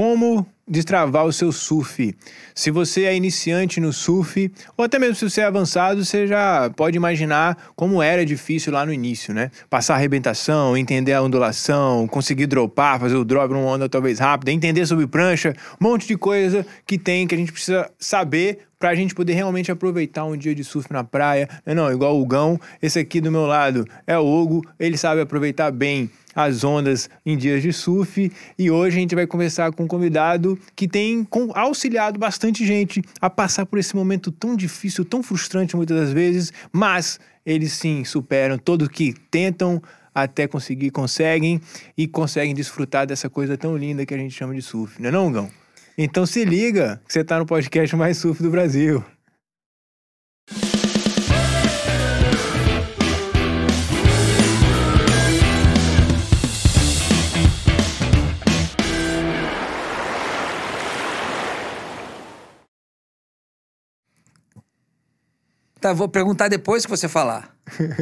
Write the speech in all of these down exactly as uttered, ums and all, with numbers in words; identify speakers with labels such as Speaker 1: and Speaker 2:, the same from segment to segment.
Speaker 1: como destravar o seu surf. Se você é iniciante no surf, ou até mesmo se você é avançado, você já pode imaginar como era difícil lá no início, né? Passar a arrebentação, entender a ondulação, conseguir dropar, fazer o drop numa onda talvez rápida, entender sobre prancha, um monte de coisa que tem, que a gente precisa saber pra gente poder realmente aproveitar um dia de surf na praia. Não, não, igual o Gão, esse aqui do meu lado é o Hugo, ele sabe aproveitar bem as ondas em dias de surf, e hoje a gente vai conversar com um convidado que tem auxiliado bastante gente a passar por esse momento tão difícil, tão frustrante muitas das vezes, mas eles sim superam, todos que tentam até conseguir, conseguem, e conseguem desfrutar dessa coisa tão linda que a gente chama de surf, não é não, Gão? Então se liga que você tá no podcast mais surf do Brasil.
Speaker 2: Tá, vou perguntar depois que você falar.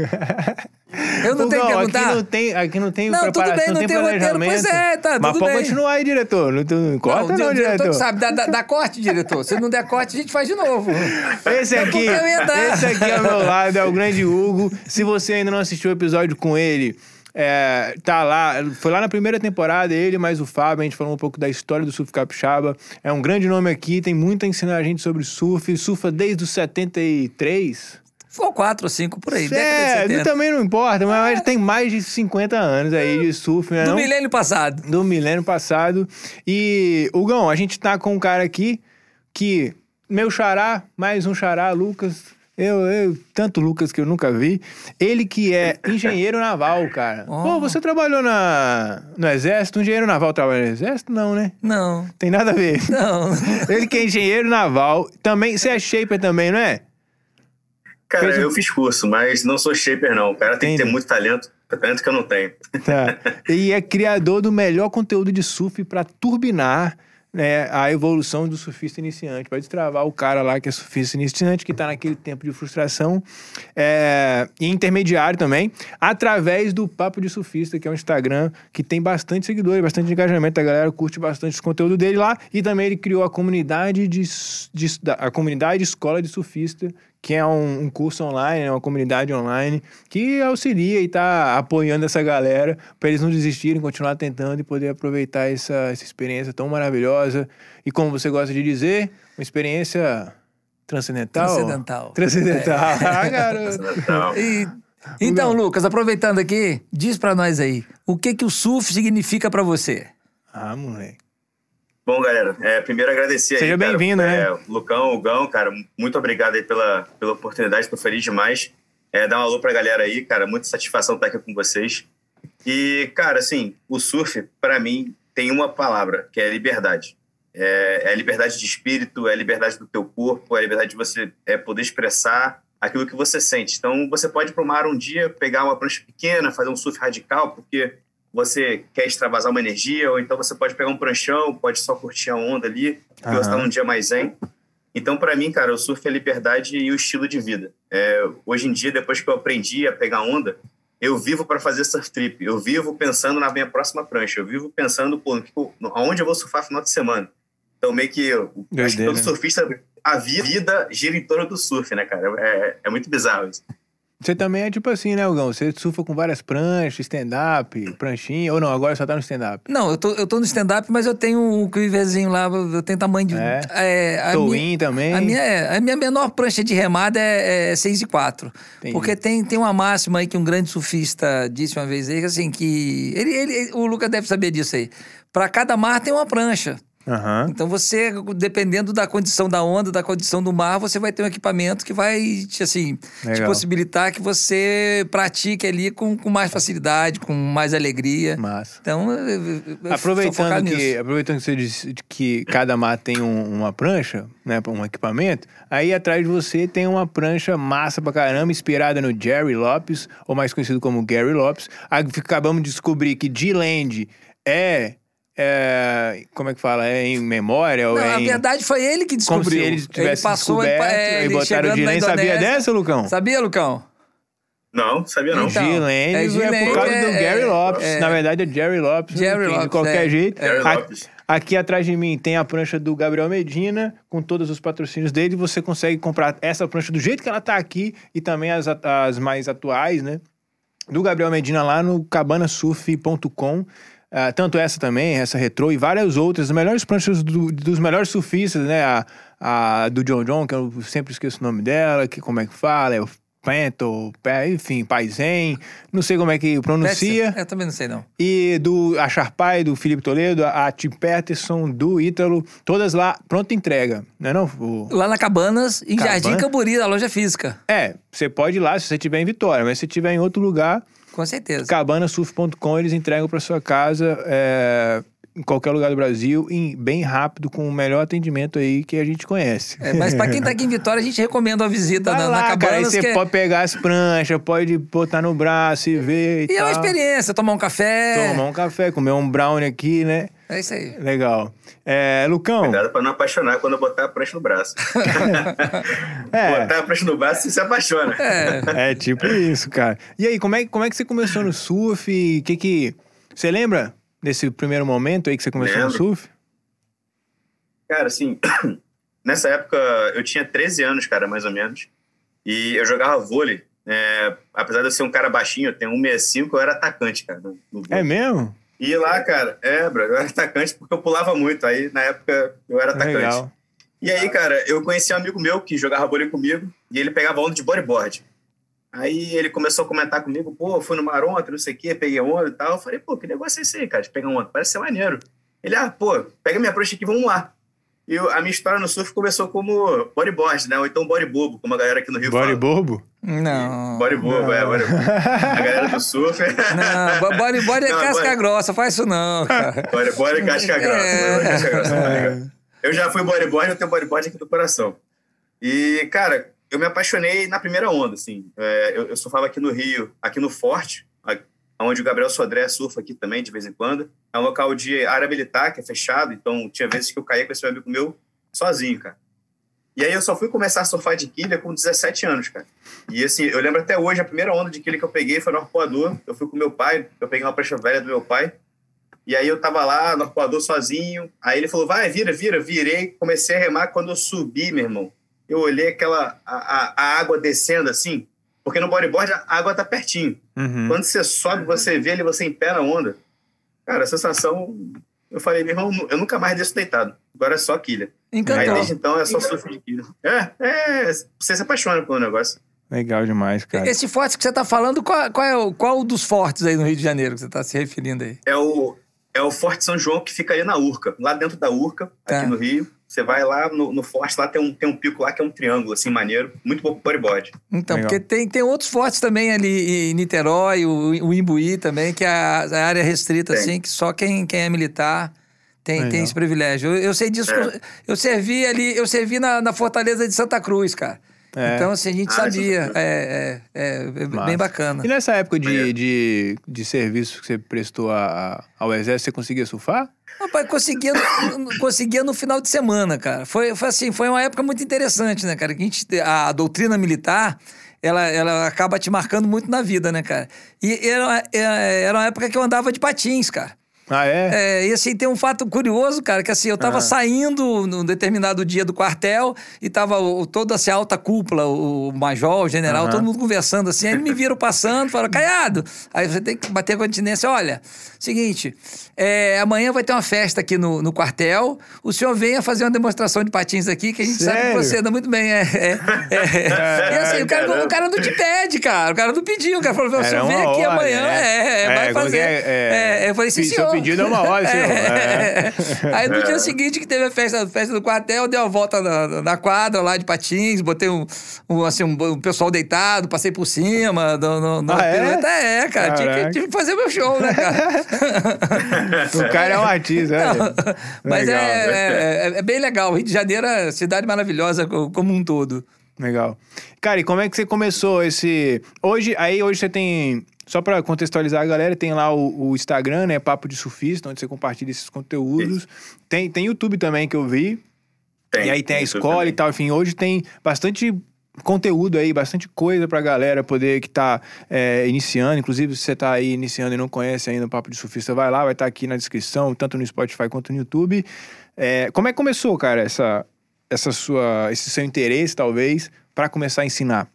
Speaker 2: Eu não tenho que perguntar?
Speaker 1: Aqui não tem, aqui não tem
Speaker 2: não,
Speaker 1: preparação,
Speaker 2: tudo bem, não
Speaker 1: tem,
Speaker 2: tem roteiro, pois é, tá,
Speaker 1: mas
Speaker 2: tudo
Speaker 1: pode
Speaker 2: bem.
Speaker 1: continuar aí, diretor. Não, não corta não, não, diretor.
Speaker 2: diretor sabe, dá, dá, dá corte, diretor. Se não der corte, a gente faz de novo.
Speaker 1: Esse aqui, esse aqui ao meu lado é o grande Hugo. Se você ainda não assistiu o episódio com ele, é, tá lá, foi lá na primeira temporada, ele mais o Fábio, a gente falou um pouco da história do surf capixaba. É um grande nome aqui, tem muito a ensinar a gente sobre surf. Surfa desde os setenta e três...
Speaker 2: Foi quatro ou cinco por aí,
Speaker 1: é, também não importa, mas é. tem mais de cinquenta anos aí de surf, né?
Speaker 2: Do
Speaker 1: não?
Speaker 2: milênio passado.
Speaker 1: Do milênio passado. E, Hugão, a gente tá com um cara aqui que, meu xará, mais um xará, Lucas, eu, eu, tanto Lucas que eu nunca vi, ele que é engenheiro naval, cara. Oh. Pô, você trabalhou na, no exército? Um engenheiro naval trabalha no exército? Não, né?
Speaker 2: Não.
Speaker 1: Tem nada a ver.
Speaker 2: Não.
Speaker 1: Ele que é engenheiro naval, também, você é shaper também, não é?
Speaker 3: Cara,
Speaker 1: Fez...
Speaker 3: eu fiz curso, mas não sou shaper, não. O cara tem Entendi. que ter muito talento, talento que eu não tenho.
Speaker 1: Tá. E é criador do melhor conteúdo de surf para turbinar, né, a evolução do surfista iniciante. Para destravar o cara lá que é surfista iniciante, que tá naquele tempo de frustração, é... e intermediário também, através do Papo de Surfista, que é um Instagram que tem bastante seguidores, bastante engajamento, a galera curte bastante o conteúdo dele lá, e também ele criou a comunidade de, de... a comunidade Escola de Surfista, que é um, um curso online, é uma comunidade online, que auxilia e tá apoiando essa galera para eles não desistirem, continuar tentando e poder aproveitar essa, essa experiência tão maravilhosa. E como você gosta de dizer, uma experiência transcendental.
Speaker 2: Transcendental.
Speaker 1: Transcendental. É. Ah, garoto.
Speaker 2: E, então, Lucas, aproveitando aqui, diz para nós aí, o que que o surf significa para você?
Speaker 1: Ah, moleque.
Speaker 3: Bom, galera, é, primeiro agradecer aí.
Speaker 1: Seja bem-vindo, né?
Speaker 3: É, Lucão, o Gão, cara, muito obrigado aí pela, pela oportunidade, tô feliz demais. É, dá um alô pra galera aí, cara, muita satisfação estar aqui com vocês. E, cara, assim, o surf, pra mim, tem uma palavra, que é liberdade. É, é a liberdade de espírito, é a liberdade do teu corpo, é a liberdade de você é, poder expressar aquilo que você sente. Então, você pode ir pro mar um dia, pegar uma prancha pequena, fazer um surf radical, porque você quer extravasar uma energia, ou então você pode pegar um pranchão, pode só curtir a onda ali, porque uhum. você está num dia mais zen. Então, para mim, cara, o surf é liberdade e o estilo de vida. É, hoje em dia, depois que eu aprendi a pegar onda, eu vivo para fazer surf trip, eu vivo pensando na minha próxima prancha, eu vivo pensando, pô, aonde eu vou surfar no final de semana. Então, meio que, eu, acho que todo surfista, a vida gira em torno do surf, né, cara? É, é muito bizarro isso.
Speaker 1: Você também é tipo assim, né, Hugão? Você surfa com várias pranchas, stand-up, pranchinha, ou não, agora só tá no stand-up?
Speaker 2: Não, eu tô, eu tô no stand-up, mas eu tenho um quiverzinho lá, eu tenho tamanho de...
Speaker 1: É,
Speaker 2: é
Speaker 1: Towin também?
Speaker 2: A minha, é, a minha menor prancha de remada é, é seis e quatro. Entendi. Porque tem, tem uma máxima aí que um grande surfista disse uma vez aí, assim, que... Ele, ele, o Lucas deve saber disso aí. Pra cada mar tem uma prancha.
Speaker 1: Uhum.
Speaker 2: Então você, dependendo da condição da onda, da condição do mar, você vai ter um equipamento que vai te, assim, te possibilitar que você pratique ali com, com mais facilidade, com mais alegria.
Speaker 1: Massa.
Speaker 2: Então, eu, eu
Speaker 1: aproveitando que, aproveitando que você disse que cada mar tem um, uma prancha, né, um equipamento, aí atrás de você tem uma prancha massa pra caramba, inspirada no Jerry Lopes, ou mais conhecido como Gary Lopes. Acabamos de descobrir que G-Land é... É, como é que fala? É em memória?
Speaker 2: Não,
Speaker 1: ou é
Speaker 2: na
Speaker 1: em...
Speaker 2: verdade foi ele que descobriu.
Speaker 1: Como se ele tivesse
Speaker 2: ele passou,
Speaker 1: descoberto
Speaker 2: ele, é,
Speaker 1: e botaram o G-Land. Sabia dessa, Lucão?
Speaker 2: Sabia, Lucão?
Speaker 3: Não, sabia não.
Speaker 2: Então,
Speaker 1: Gilene
Speaker 2: é,
Speaker 1: é,
Speaker 2: Gilene
Speaker 1: por causa
Speaker 2: é-
Speaker 1: do Gary
Speaker 2: é-
Speaker 1: Lopes.
Speaker 2: é-
Speaker 1: Na verdade, é Jerry Lopes.
Speaker 2: Jerry
Speaker 1: enfim,
Speaker 2: Lopes,
Speaker 1: de qualquer
Speaker 2: é.
Speaker 1: jeito.
Speaker 3: Jerry
Speaker 1: A-
Speaker 3: Lopes.
Speaker 1: Aqui atrás de mim tem a prancha do Gabriel Medina, com todos os patrocínios dele. Você consegue comprar essa prancha do jeito que ela tá aqui e também as, as mais atuais, né? Do Gabriel Medina lá no cabana surf ponto com. Uh, tanto essa também, essa retrô e várias outras, as melhores pranchas do- dos melhores surfistas, né? A, a do John John, que eu sempre esqueço o nome dela, que como é que fala, é o Pento, enfim, Paizen, não sei como é que pronuncia.
Speaker 2: Eu também não sei, não.
Speaker 1: E do a Sharpai, do Felipe Toledo, a Tim Peterson, do Ítalo, todas lá, pronta entrega, não é não? O...
Speaker 2: Lá na Cabanas, em
Speaker 1: Cabana?
Speaker 2: Jardim Camburi, na loja física.
Speaker 1: É, você pode ir lá se você estiver em Vitória, mas se estiver em outro lugar,
Speaker 2: Com certeza.
Speaker 1: cabana surf ponto com, eles entregam para sua casa, é, em qualquer lugar do Brasil, em, bem rápido, com o melhor atendimento aí que a gente conhece.
Speaker 2: É, mas pra quem tá aqui em Vitória, a gente recomenda uma visita
Speaker 1: Vai
Speaker 2: na,
Speaker 1: lá,
Speaker 2: na
Speaker 1: cara, aí
Speaker 2: Cabanas.
Speaker 1: você
Speaker 2: que é-
Speaker 1: pode pegar as pranchas, pode botar no braço e ver e,
Speaker 2: E é uma
Speaker 1: tal.
Speaker 2: experiência, tomar um café.
Speaker 1: Tomar um café, comer um brownie aqui, né?
Speaker 2: É isso aí.
Speaker 1: Legal. É, Lucão,
Speaker 3: Cuidado pra não apaixonar quando eu botar a prancha no braço.
Speaker 1: é,
Speaker 3: Botar a prancha no braço e se apaixona.
Speaker 2: É.
Speaker 1: é tipo isso, cara. E aí, como é, como é que você começou no surf? Que que... Você lembra desse primeiro momento aí que você começou
Speaker 3: Lembro.
Speaker 1: no surf?
Speaker 3: Cara, assim, nessa época eu tinha treze anos, cara, mais ou menos. E eu jogava vôlei. É, apesar de eu ser um cara baixinho, eu tenho um metro e sessenta e cinco, eu era atacante, cara. No, no
Speaker 1: É
Speaker 3: vôlei.
Speaker 1: mesmo?
Speaker 3: E lá, cara, é, bro, eu era atacante porque eu pulava muito. Aí, na época, eu era atacante.
Speaker 1: Legal.
Speaker 3: E aí, cara, eu conheci um amigo meu que jogava vôlei comigo e ele pegava onda de bodyboard. Aí ele começou a comentar comigo, pô, fui no mar ontem, não sei o quê, peguei onda e tal. Eu falei, pô, que negócio é esse aí, cara, de pegar onda? Parece ser maneiro. Ele, ah, pô, pega minha prancha aqui, vamos lá. E eu- a minha história no surf começou como bodyboard, né? Ou então body bobo, como a galera aqui no Rio
Speaker 1: Body
Speaker 3: fala.
Speaker 1: bobo?
Speaker 2: Não.
Speaker 3: Body bobo, é, body bobo. A galera do surf...
Speaker 2: Não, bo- body, body é
Speaker 3: Não,
Speaker 2: casca
Speaker 3: body-
Speaker 2: grossa, faz isso não, cara.
Speaker 3: Bodyboard e casca grossa.
Speaker 2: É.
Speaker 3: bodyboard e casca grossa, tá ligado? Eu já fui bodyboard, eu tenho bodyboard aqui do coração. E, cara, eu me apaixonei na primeira onda, assim. É, eu, eu surfava aqui no Rio, aqui no Forte, a- onde o Gabriel Sodré surfa aqui também, de vez em quando. É um local de área militar, que é fechado, então tinha vezes que eu caía com esse meu amigo meu sozinho, cara. E aí eu só fui começar a surfar de quilha com dezessete anos, cara. E assim, eu lembro até hoje, a primeira onda de quilha que eu peguei foi no arpoador. Eu fui com meu pai, eu peguei uma prancha velha do meu pai. E aí eu tava lá no arpoador sozinho. Aí ele falou, vai, vira, vira. Virei, comecei a remar. Quando eu subi, meu irmão, eu olhei aquela, a, a, a água descendo assim. Porque no bodyboard a água tá pertinho.
Speaker 1: Uhum.
Speaker 3: Quando você sobe, você vê ali, você em pé na onda. Cara, a sensação... Eu falei, meu irmão, eu nunca mais desço deitado. Agora é só quilha. Aí
Speaker 2: Encantou.
Speaker 3: desde então é só surf de quilha. É, é, você se apaixona pelo negócio.
Speaker 1: Legal demais, cara.
Speaker 2: Esse forte que você tá falando, qual, qual é o, qual dos fortes aí no Rio de Janeiro que você tá se referindo aí?
Speaker 3: É o, é o Forte São João, que fica ali na Urca. Lá dentro da Urca,
Speaker 2: Tá.
Speaker 3: aqui no Rio. Você vai lá no, no Forte, lá tem um, tem um pico lá que é um triângulo, assim, maneiro. Muito bom pro bodyboard.
Speaker 2: Então,
Speaker 1: Legal.
Speaker 2: porque tem, tem outros fortes também ali em Niterói, o, o Imbuí também, que é a, a área restrita,
Speaker 3: Tem.
Speaker 2: assim, que só quem, quem é militar tem,
Speaker 1: Legal.
Speaker 2: tem esse privilégio. Eu, eu sei disso,
Speaker 3: É.
Speaker 2: que eu, eu servi ali, eu servi na, na Fortaleza de Santa Cruz, cara.
Speaker 1: É.
Speaker 2: Então, assim, a gente
Speaker 3: Ah,
Speaker 2: sabia.
Speaker 3: Santa Cruz.
Speaker 2: É, é, é, é
Speaker 1: Massa.
Speaker 2: bem bacana.
Speaker 1: E nessa época de,
Speaker 3: Maneiro.
Speaker 1: de, de serviço que você prestou a, a- ao exército, você conseguia surfar?
Speaker 2: Rapaz, conseguia no, conseguia no final de semana, cara. Foi, foi assim, foi uma época muito interessante, né, cara? Que a, gente, a doutrina militar, ela, ela acaba te marcando muito na vida, né, cara? E era, era uma época que eu andava de patins, cara.
Speaker 1: Ah, é?
Speaker 2: É, e assim, tem um fato curioso, cara, que assim, eu tava
Speaker 1: Ah.
Speaker 2: saindo num determinado dia do quartel e tava o, toda essa alta cúpula, o major, o general,
Speaker 1: Aham.
Speaker 2: todo mundo conversando assim, aí me viram passando, falaram, Caiado, aí você tem que bater a continência, olha, seguinte, é, amanhã vai ter uma festa aqui no, no quartel, o senhor venha fazer uma demonstração de patins aqui, que a gente sabe que
Speaker 1: Sério?
Speaker 2: você anda muito bem, é, é, é. E assim, o cara,
Speaker 3: Caramba.
Speaker 2: o cara não te pede, cara, o cara não pediu, o cara falou, o
Speaker 1: Era
Speaker 2: senhor vem
Speaker 1: uma
Speaker 2: aqui
Speaker 1: ordem,
Speaker 2: amanhã,
Speaker 1: né?
Speaker 2: é, é, vai
Speaker 1: É, como
Speaker 2: fazer.
Speaker 1: que é? É,
Speaker 2: É, eu falei, sim,
Speaker 1: seu
Speaker 2: senhor.
Speaker 1: pedido é uma ordem, senhor.
Speaker 2: É. Aí no
Speaker 3: É.
Speaker 2: dia seguinte que teve a festa, a festa do quartel, dei uma volta na, na quadra lá de patins, botei um, um, assim, um, um pessoal deitado, passei por cima. No, no, no
Speaker 1: Ah, é?
Speaker 2: pirueta. É, cara, tinha que,
Speaker 1: Caraca.
Speaker 2: tive que fazer meu show, né, cara?
Speaker 1: O cara é um artista, né?
Speaker 2: Mas
Speaker 1: Legal.
Speaker 2: é, é, é bem legal. O Rio de Janeiro é cidade maravilhosa co- como um todo.
Speaker 1: Legal. Cara, e como é que você começou esse... Hoje, aí hoje você tem... Só pra contextualizar a galera, tem lá o, o Instagram, né? Papo de Surfista, onde você compartilha esses conteúdos. Tem, tem YouTube também, que eu vi.
Speaker 3: Tem,
Speaker 1: E aí tem a
Speaker 3: isso
Speaker 1: escola
Speaker 3: também.
Speaker 1: e tal. Enfim, hoje tem bastante conteúdo aí, bastante coisa pra galera poder que tá é, iniciando. Inclusive, se você tá aí iniciando e não conhece ainda o Papo de Surfista, vai lá, vai estar aqui na descrição, tanto no Spotify quanto no YouTube. É, como é que começou, cara, essa, essa sua, esse seu interesse, talvez, pra começar a ensinar?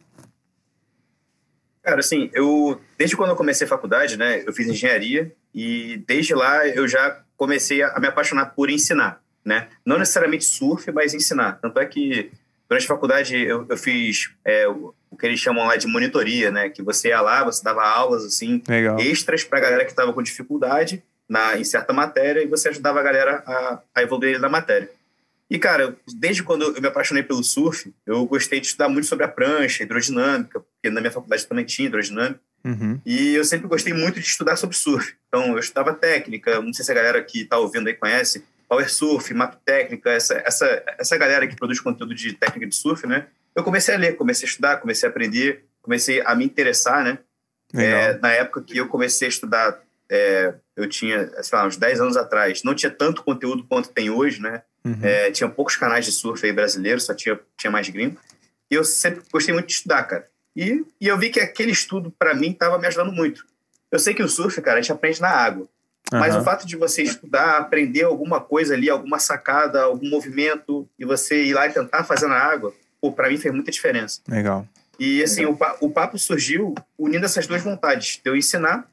Speaker 3: Cara, assim, eu... Desde quando eu comecei a faculdade, né, eu fiz engenharia e desde lá eu já comecei a me apaixonar por ensinar, né? Não necessariamente surf, mas ensinar. Tanto é que durante a faculdade eu, eu fiz é, o, o que eles chamam lá de monitoria, né? Que você ia lá, você dava aulas, assim,
Speaker 1: Legal.
Speaker 3: extras pra galera que estava com dificuldade na, em certa matéria e você ajudava a galera a, a evoluir na matéria. E, cara, desde quando eu me apaixonei pelo surf, eu gostei de estudar muito sobre a prancha, hidrodinâmica, porque na minha faculdade também tinha hidrodinâmica.
Speaker 1: Uhum.
Speaker 3: E eu sempre gostei muito de estudar sobre surf. Então, eu estudava técnica, não sei se a galera que está ouvindo aí conhece, Power Surf, Map Técnica, essa, essa, essa galera que produz conteúdo de técnica de surf, né? Eu comecei a ler, comecei a estudar, comecei a aprender, comecei a me interessar, né? É, na época que eu comecei a estudar, é, eu tinha, sei lá, uns dez anos atrás, não tinha tanto conteúdo quanto tem hoje, né? Uhum. É, tinha poucos canais de surf aí brasileiros, só tinha, tinha mais gringo. E eu sempre gostei muito de estudar, cara. E, e eu vi que aquele estudo, para mim, estava me ajudando muito. Eu sei que o surf, cara, a gente aprende na água. Uhum. Mas o fato de você estudar, aprender alguma coisa ali, alguma sacada, algum movimento, e você ir lá e tentar fazer na água, pô, para mim fez muita diferença.
Speaker 1: Legal.
Speaker 3: E, assim, o, o papo surgiu unindo essas duas vontades. De eu ensinar,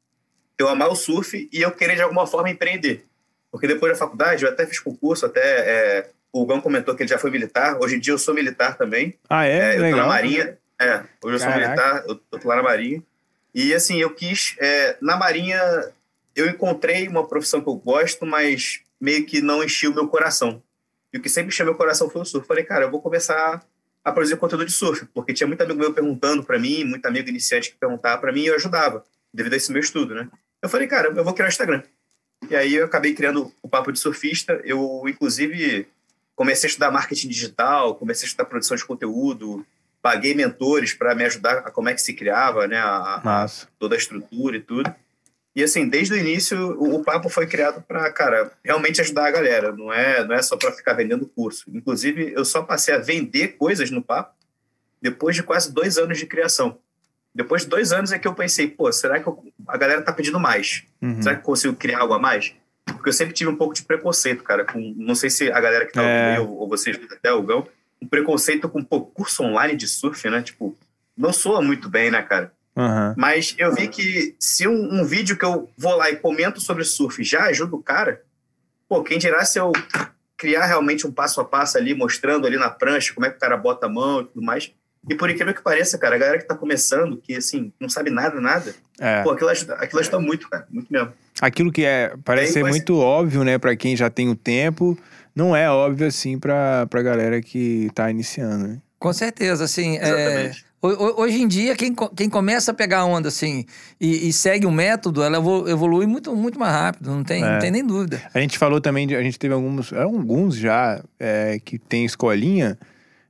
Speaker 3: eu amar o surf e eu querer, de alguma forma, empreender. Porque depois da faculdade, eu até fiz concurso, até... É, o Gão comentou que ele já foi militar. Hoje em dia eu sou militar também.
Speaker 1: Ah, é?
Speaker 3: é eu
Speaker 1: Legal.
Speaker 3: tô na Marinha. É, hoje eu sou
Speaker 1: Caraca.
Speaker 3: militar, eu tô lá na Marinha. E, assim, eu quis... É, na Marinha, eu encontrei uma profissão que eu gosto, mas meio que não encheu o meu coração. E o que sempre encheu meu coração foi o surf. Falei, cara, eu vou começar a produzir conteúdo de surf, porque tinha muito amigo meu perguntando pra mim, muito amigo iniciante que perguntava pra mim, e eu ajudava, devido a esse meu estudo, né? Eu falei, cara, eu vou criar o Instagram. E aí eu acabei criando o Papo de Surfista. Eu, inclusive, comecei a estudar marketing digital, comecei a estudar produção de conteúdo, paguei mentores para me ajudar a como é que se criava, né, a, a, toda a estrutura e tudo. E, assim, desde o início, o, o Papo foi criado para, cara, realmente ajudar a galera. Não é, não é só para ficar vendendo curso. Inclusive, eu só passei a vender coisas no Papo depois de quase dois anos de criação. Depois de dois anos é que eu pensei, pô, será que eu, a galera tá pedindo mais? Uhum. Será que eu consigo criar algo a mais? Porque eu sempre tive um pouco de preconceito, cara. Com, não sei se a galera que tá
Speaker 1: é.
Speaker 3: ouvindo aí, ou, ou vocês, até o Gão, um preconceito com pô, curso online de surf, né? Tipo, não soa muito bem, né, cara?
Speaker 1: Uhum.
Speaker 3: Mas eu vi que se um, um vídeo que eu vou lá e comento sobre surf já ajuda o cara, pô, quem dirá se eu criar realmente um passo a passo ali, mostrando ali na prancha como é que o cara bota a mão e tudo mais. E por incrível que pareça, cara, a galera que tá começando, que assim, não sabe nada, nada,
Speaker 1: é.
Speaker 3: pô, aquilo ajuda, aquilo ajuda muito, cara, muito mesmo.
Speaker 1: Aquilo que é, parece ser muito ser... óbvio, né, pra quem já tem o tempo, não é óbvio, assim, pra, pra galera que tá iniciando, né?
Speaker 2: Com certeza, assim, é, hoje em dia, quem, quem começa a pegar a onda, assim, e, e segue um método, ela evolui muito, muito mais rápido, não tem, é. não tem nem dúvida.
Speaker 1: A gente falou também, de, a gente teve alguns, alguns já, é, que tem escolinha.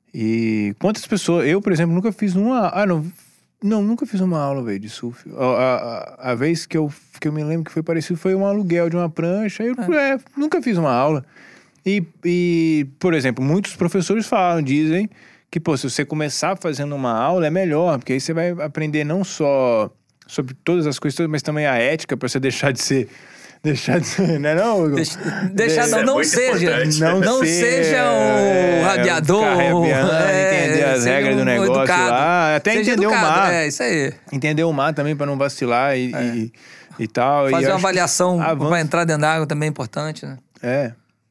Speaker 1: E quantas pessoas... Eu, por exemplo, nunca fiz uma... Ah, não... Não, nunca fiz uma aula, velho, de surf. A, a, a vez que eu, que eu me lembro que foi parecido foi um aluguel de uma prancha. Eu é. É, nunca fiz uma aula. E, e, por exemplo, muitos professores falam, dizem que, pô, se você começar fazendo uma aula é melhor, porque aí você vai aprender não só sobre todas as coisas, mas também a ética, pra você deixar de ser... Deixar de ser, não é não?
Speaker 2: Deixa, deixar não,
Speaker 3: é
Speaker 2: não seja.
Speaker 1: Não,
Speaker 2: não
Speaker 1: ser,
Speaker 2: seja o radiador.
Speaker 1: É, entender as regras um do negócio educado. Lá. Até
Speaker 2: seja
Speaker 1: entender
Speaker 2: educado,
Speaker 1: o mar.
Speaker 2: É, isso aí.
Speaker 1: Entender o mar também, pra não vacilar e, é. e, e tal.
Speaker 2: Fazer
Speaker 1: e
Speaker 2: uma avaliação
Speaker 1: que...
Speaker 2: pra entrar dentro da água também é importante, né?
Speaker 1: É.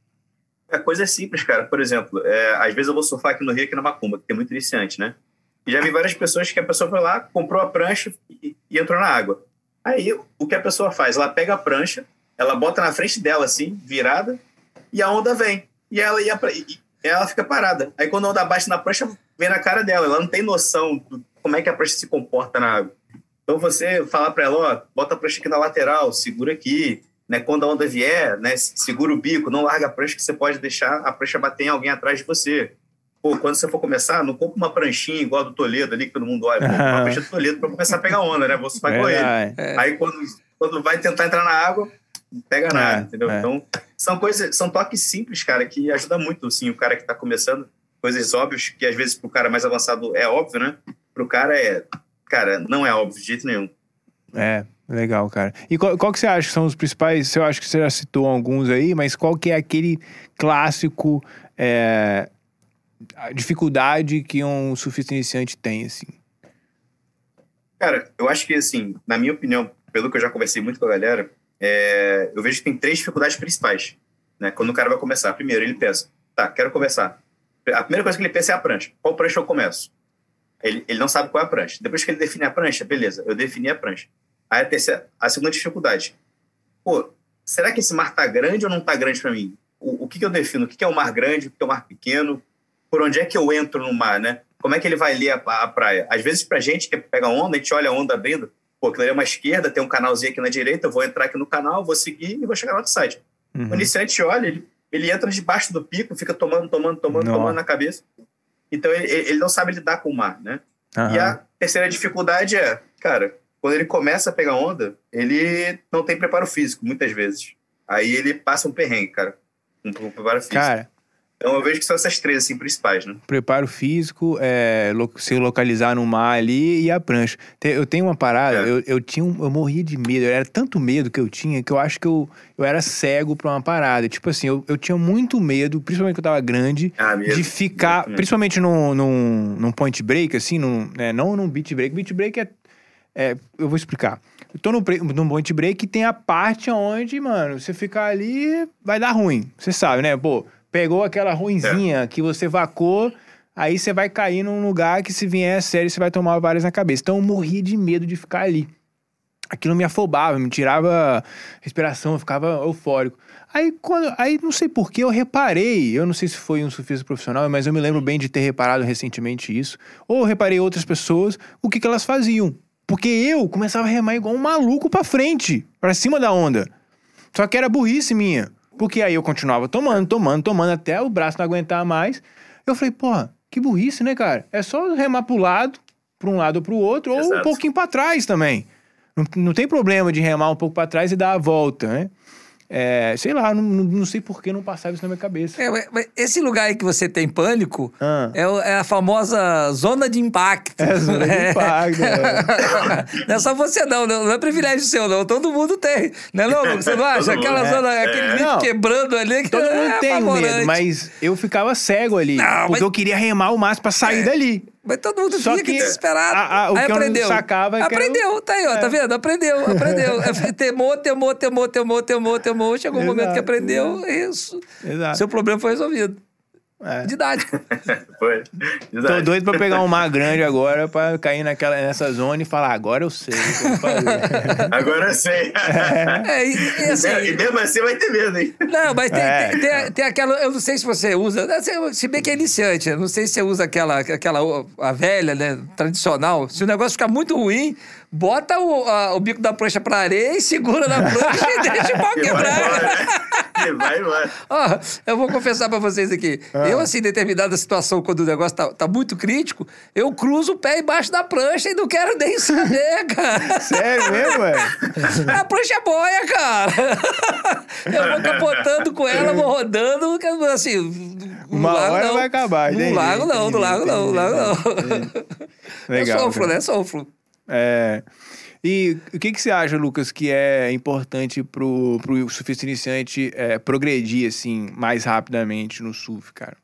Speaker 3: A coisa é simples, cara. Por exemplo, é, às vezes eu vou surfar aqui no Rio, aqui na Macumba, que tem muito iniciante, né? E já vi várias pessoas que a pessoa foi lá, comprou a prancha e, e entrou na água. Aí, o que a pessoa faz? Ela pega a prancha, ela bota na frente dela, assim, virada, e a onda vem. E ela, ia pra, e ela fica parada. Aí, quando a onda bate na prancha, vem na cara dela. Ela não tem noção de como é que a prancha se comporta na água. Então, você falar pra ela, ó, bota a prancha aqui na lateral, segura aqui, né? Quando a onda vier, né, segura o bico, não larga a prancha que você pode deixar a prancha bater em alguém atrás de você. Pô, quando você for começar, não compra uma pranchinha igual a do Toledo ali, que todo mundo olha. Pô, uma prancha do Toledo pra começar a pegar onda, né? Você vai com ele. É. Aí, quando, quando vai tentar entrar na água, não pega nada, é, entendeu? É. Então, são coisas, são toques simples, cara, que ajudam muito, assim, o cara que tá começando. coisas óbvias que às vezes pro cara mais avançado é óbvio, né? Pro cara é... Cara, não é óbvio de jeito nenhum.
Speaker 1: É, legal, cara. E qual, qual que você acha que são os principais... Eu acho que você já citou alguns aí, mas qual que é aquele clássico é, a dificuldade que um surfista iniciante tem, assim?
Speaker 3: Cara, eu acho que, assim, na minha opinião, pelo que eu já conversei muito com a galera, é, eu vejo que tem três dificuldades principais, né? Quando o cara vai começar. Primeiro, ele pensa, tá, quero começar. A primeira coisa que ele pensa é a prancha. Qual prancha eu começo? Ele, ele não sabe qual é a prancha. Depois que ele define a prancha, beleza, eu defini a prancha. Aí a terceira, a segunda dificuldade. Pô, será que esse mar tá grande ou não tá grande para mim? O, o que que eu defino? O que que é o mar grande? O que que é o mar pequeno? Por onde é que eu entro no mar, né? Como é que ele vai ler a, a praia? Às vezes, pra gente que pega onda, a gente olha a onda abrindo, pô, aquilo ali é uma esquerda, tem um canalzinho aqui na direita, eu vou entrar aqui no canal, vou seguir e vou chegar no outro site. Uhum. O iniciante olha, ele, ele entra debaixo do pico, fica tomando, tomando, tomando, não. tomando na cabeça. Então, ele, ele não sabe lidar com o mar, né? Uhum. E a terceira dificuldade é, cara, quando ele começa a pegar onda, ele não tem preparo físico, muitas vezes. Aí ele passa um perrengue, cara, um, um preparo físico.
Speaker 1: Cara...
Speaker 3: Então eu vejo que são essas três, assim, principais, né?
Speaker 1: Preparo físico, é, lo- se localizar no mar ali e a prancha. Te- Eu tenho uma parada,
Speaker 3: É.
Speaker 1: eu, eu tinha um- eu morria de medo, era tanto medo que eu tinha que eu acho que eu, eu era cego pra uma parada. Tipo assim, eu, eu tinha muito medo, principalmente quando eu tava grande,
Speaker 3: Ah, medo.
Speaker 1: de ficar,
Speaker 3: Muito medo.
Speaker 1: principalmente num, num, num point break, assim, num, né, não num beat break. Beat break é, é, eu vou explicar. Eu tô num, pre- num point break e tem a parte onde, mano, você ficar ali, vai dar ruim. Você sabe, né? Pô, pegou aquela ruinzinha é. que você vacou, aí você vai cair num lugar que se vier a sério, você vai tomar várias na cabeça. Então eu morria de medo de ficar ali. Aquilo me afobava, me tirava respiração, eu ficava eufórico. Aí, quando, aí não sei porquê, eu reparei, eu não sei se foi um surfista profissional, mas eu me lembro bem de ter reparado recentemente isso, ou eu reparei outras pessoas, o que, que elas faziam. Porque eu começava a remar igual um maluco pra frente, pra cima da onda. Só que era burrice minha. Porque aí eu continuava tomando, tomando, tomando, até o braço não aguentar mais. Eu falei, porra, que burrice, né, cara? É só remar pro lado, pra um lado ou pro outro, ou
Speaker 3: Exato.
Speaker 1: um pouquinho pra trás também. Não, não tem problema de remar um pouco pra trás e dar a volta, né? É, sei lá, não, não, não sei por que não passava isso na minha cabeça.
Speaker 2: É, mas- mas esse lugar aí que você tem pânico
Speaker 1: Ah.
Speaker 2: é, o- é a famosa zona de impacto.
Speaker 1: É, zona de impacto,
Speaker 2: Não é só você não, não, não é privilégio seu não, todo mundo tem. Não é não, você não acha?
Speaker 3: Todo
Speaker 2: Aquela
Speaker 3: mundo.
Speaker 2: zona,
Speaker 3: É.
Speaker 2: aquele
Speaker 1: É.
Speaker 2: bicho
Speaker 1: Não.
Speaker 2: quebrando ali. Que
Speaker 1: Todo mundo
Speaker 2: é
Speaker 1: tem um
Speaker 2: apavorante.
Speaker 1: medo, mas eu ficava cego ali.
Speaker 2: Não,
Speaker 1: porque
Speaker 2: mas-
Speaker 1: eu queria remar o máximo pra sair dali.
Speaker 2: Mas todo mundo
Speaker 1: Só
Speaker 2: fica
Speaker 1: que
Speaker 2: desesperado.
Speaker 1: a- a- o
Speaker 2: aí
Speaker 1: que eu não
Speaker 2: aprendeu.
Speaker 1: sacava é que
Speaker 2: aprendeu, tá aí, ó,
Speaker 1: É.
Speaker 2: tá vendo? Aprendeu, aprendeu. É, temor, temor, temor, temor, temor, temor. Chegou um momento que
Speaker 1: Exato,
Speaker 2: aprendeu, isso.
Speaker 1: Exato.
Speaker 2: Seu problema foi resolvido.
Speaker 1: É.
Speaker 2: Didático.
Speaker 3: Foi.
Speaker 1: Tô
Speaker 3: Exato.
Speaker 1: doido pra pegar um mar grande agora, pra cair naquela, nessa zona e falar, agora eu sei o que eu vou fazer.
Speaker 3: Agora eu sei.
Speaker 2: É, e, e assim...
Speaker 3: E mesmo assim vai ter medo, hein?
Speaker 2: Não, mas tem,
Speaker 1: É.
Speaker 2: tem, tem, tem aquela... Eu não sei se você usa... Se bem que é iniciante, eu não sei se você usa aquela, aquela a velha, né, tradicional. Se o negócio ficar muito ruim, bota o, a- o bico da prancha pra areia e segura na prancha e deixa o pau
Speaker 3: E vai embora,
Speaker 2: quebrar.
Speaker 3: né? E vai embora.
Speaker 2: Ó, eu vou confessar pra vocês aqui. Eu, assim, em determinada situação, quando o negócio tá, tá muito crítico, eu cruzo o pé embaixo da prancha e não quero nem saber, cara.
Speaker 1: Sério mesmo, velho?
Speaker 2: A prancha é boia, cara. Eu vou capotando com ela, vou rodando, que, assim... no
Speaker 1: Uma
Speaker 2: lago,
Speaker 1: hora
Speaker 2: não.
Speaker 1: vai acabar,
Speaker 2: No
Speaker 1: entendi,
Speaker 2: lago não, no
Speaker 1: entendi,
Speaker 2: lago não, no lago não.
Speaker 1: Legal,
Speaker 2: Eu sofro,
Speaker 1: cara.
Speaker 2: né? Sofro.
Speaker 1: É. E o que, que você acha, Lucas, que é importante pro, pro surfista iniciante é, progredir, assim, mais rapidamente no surf, cara?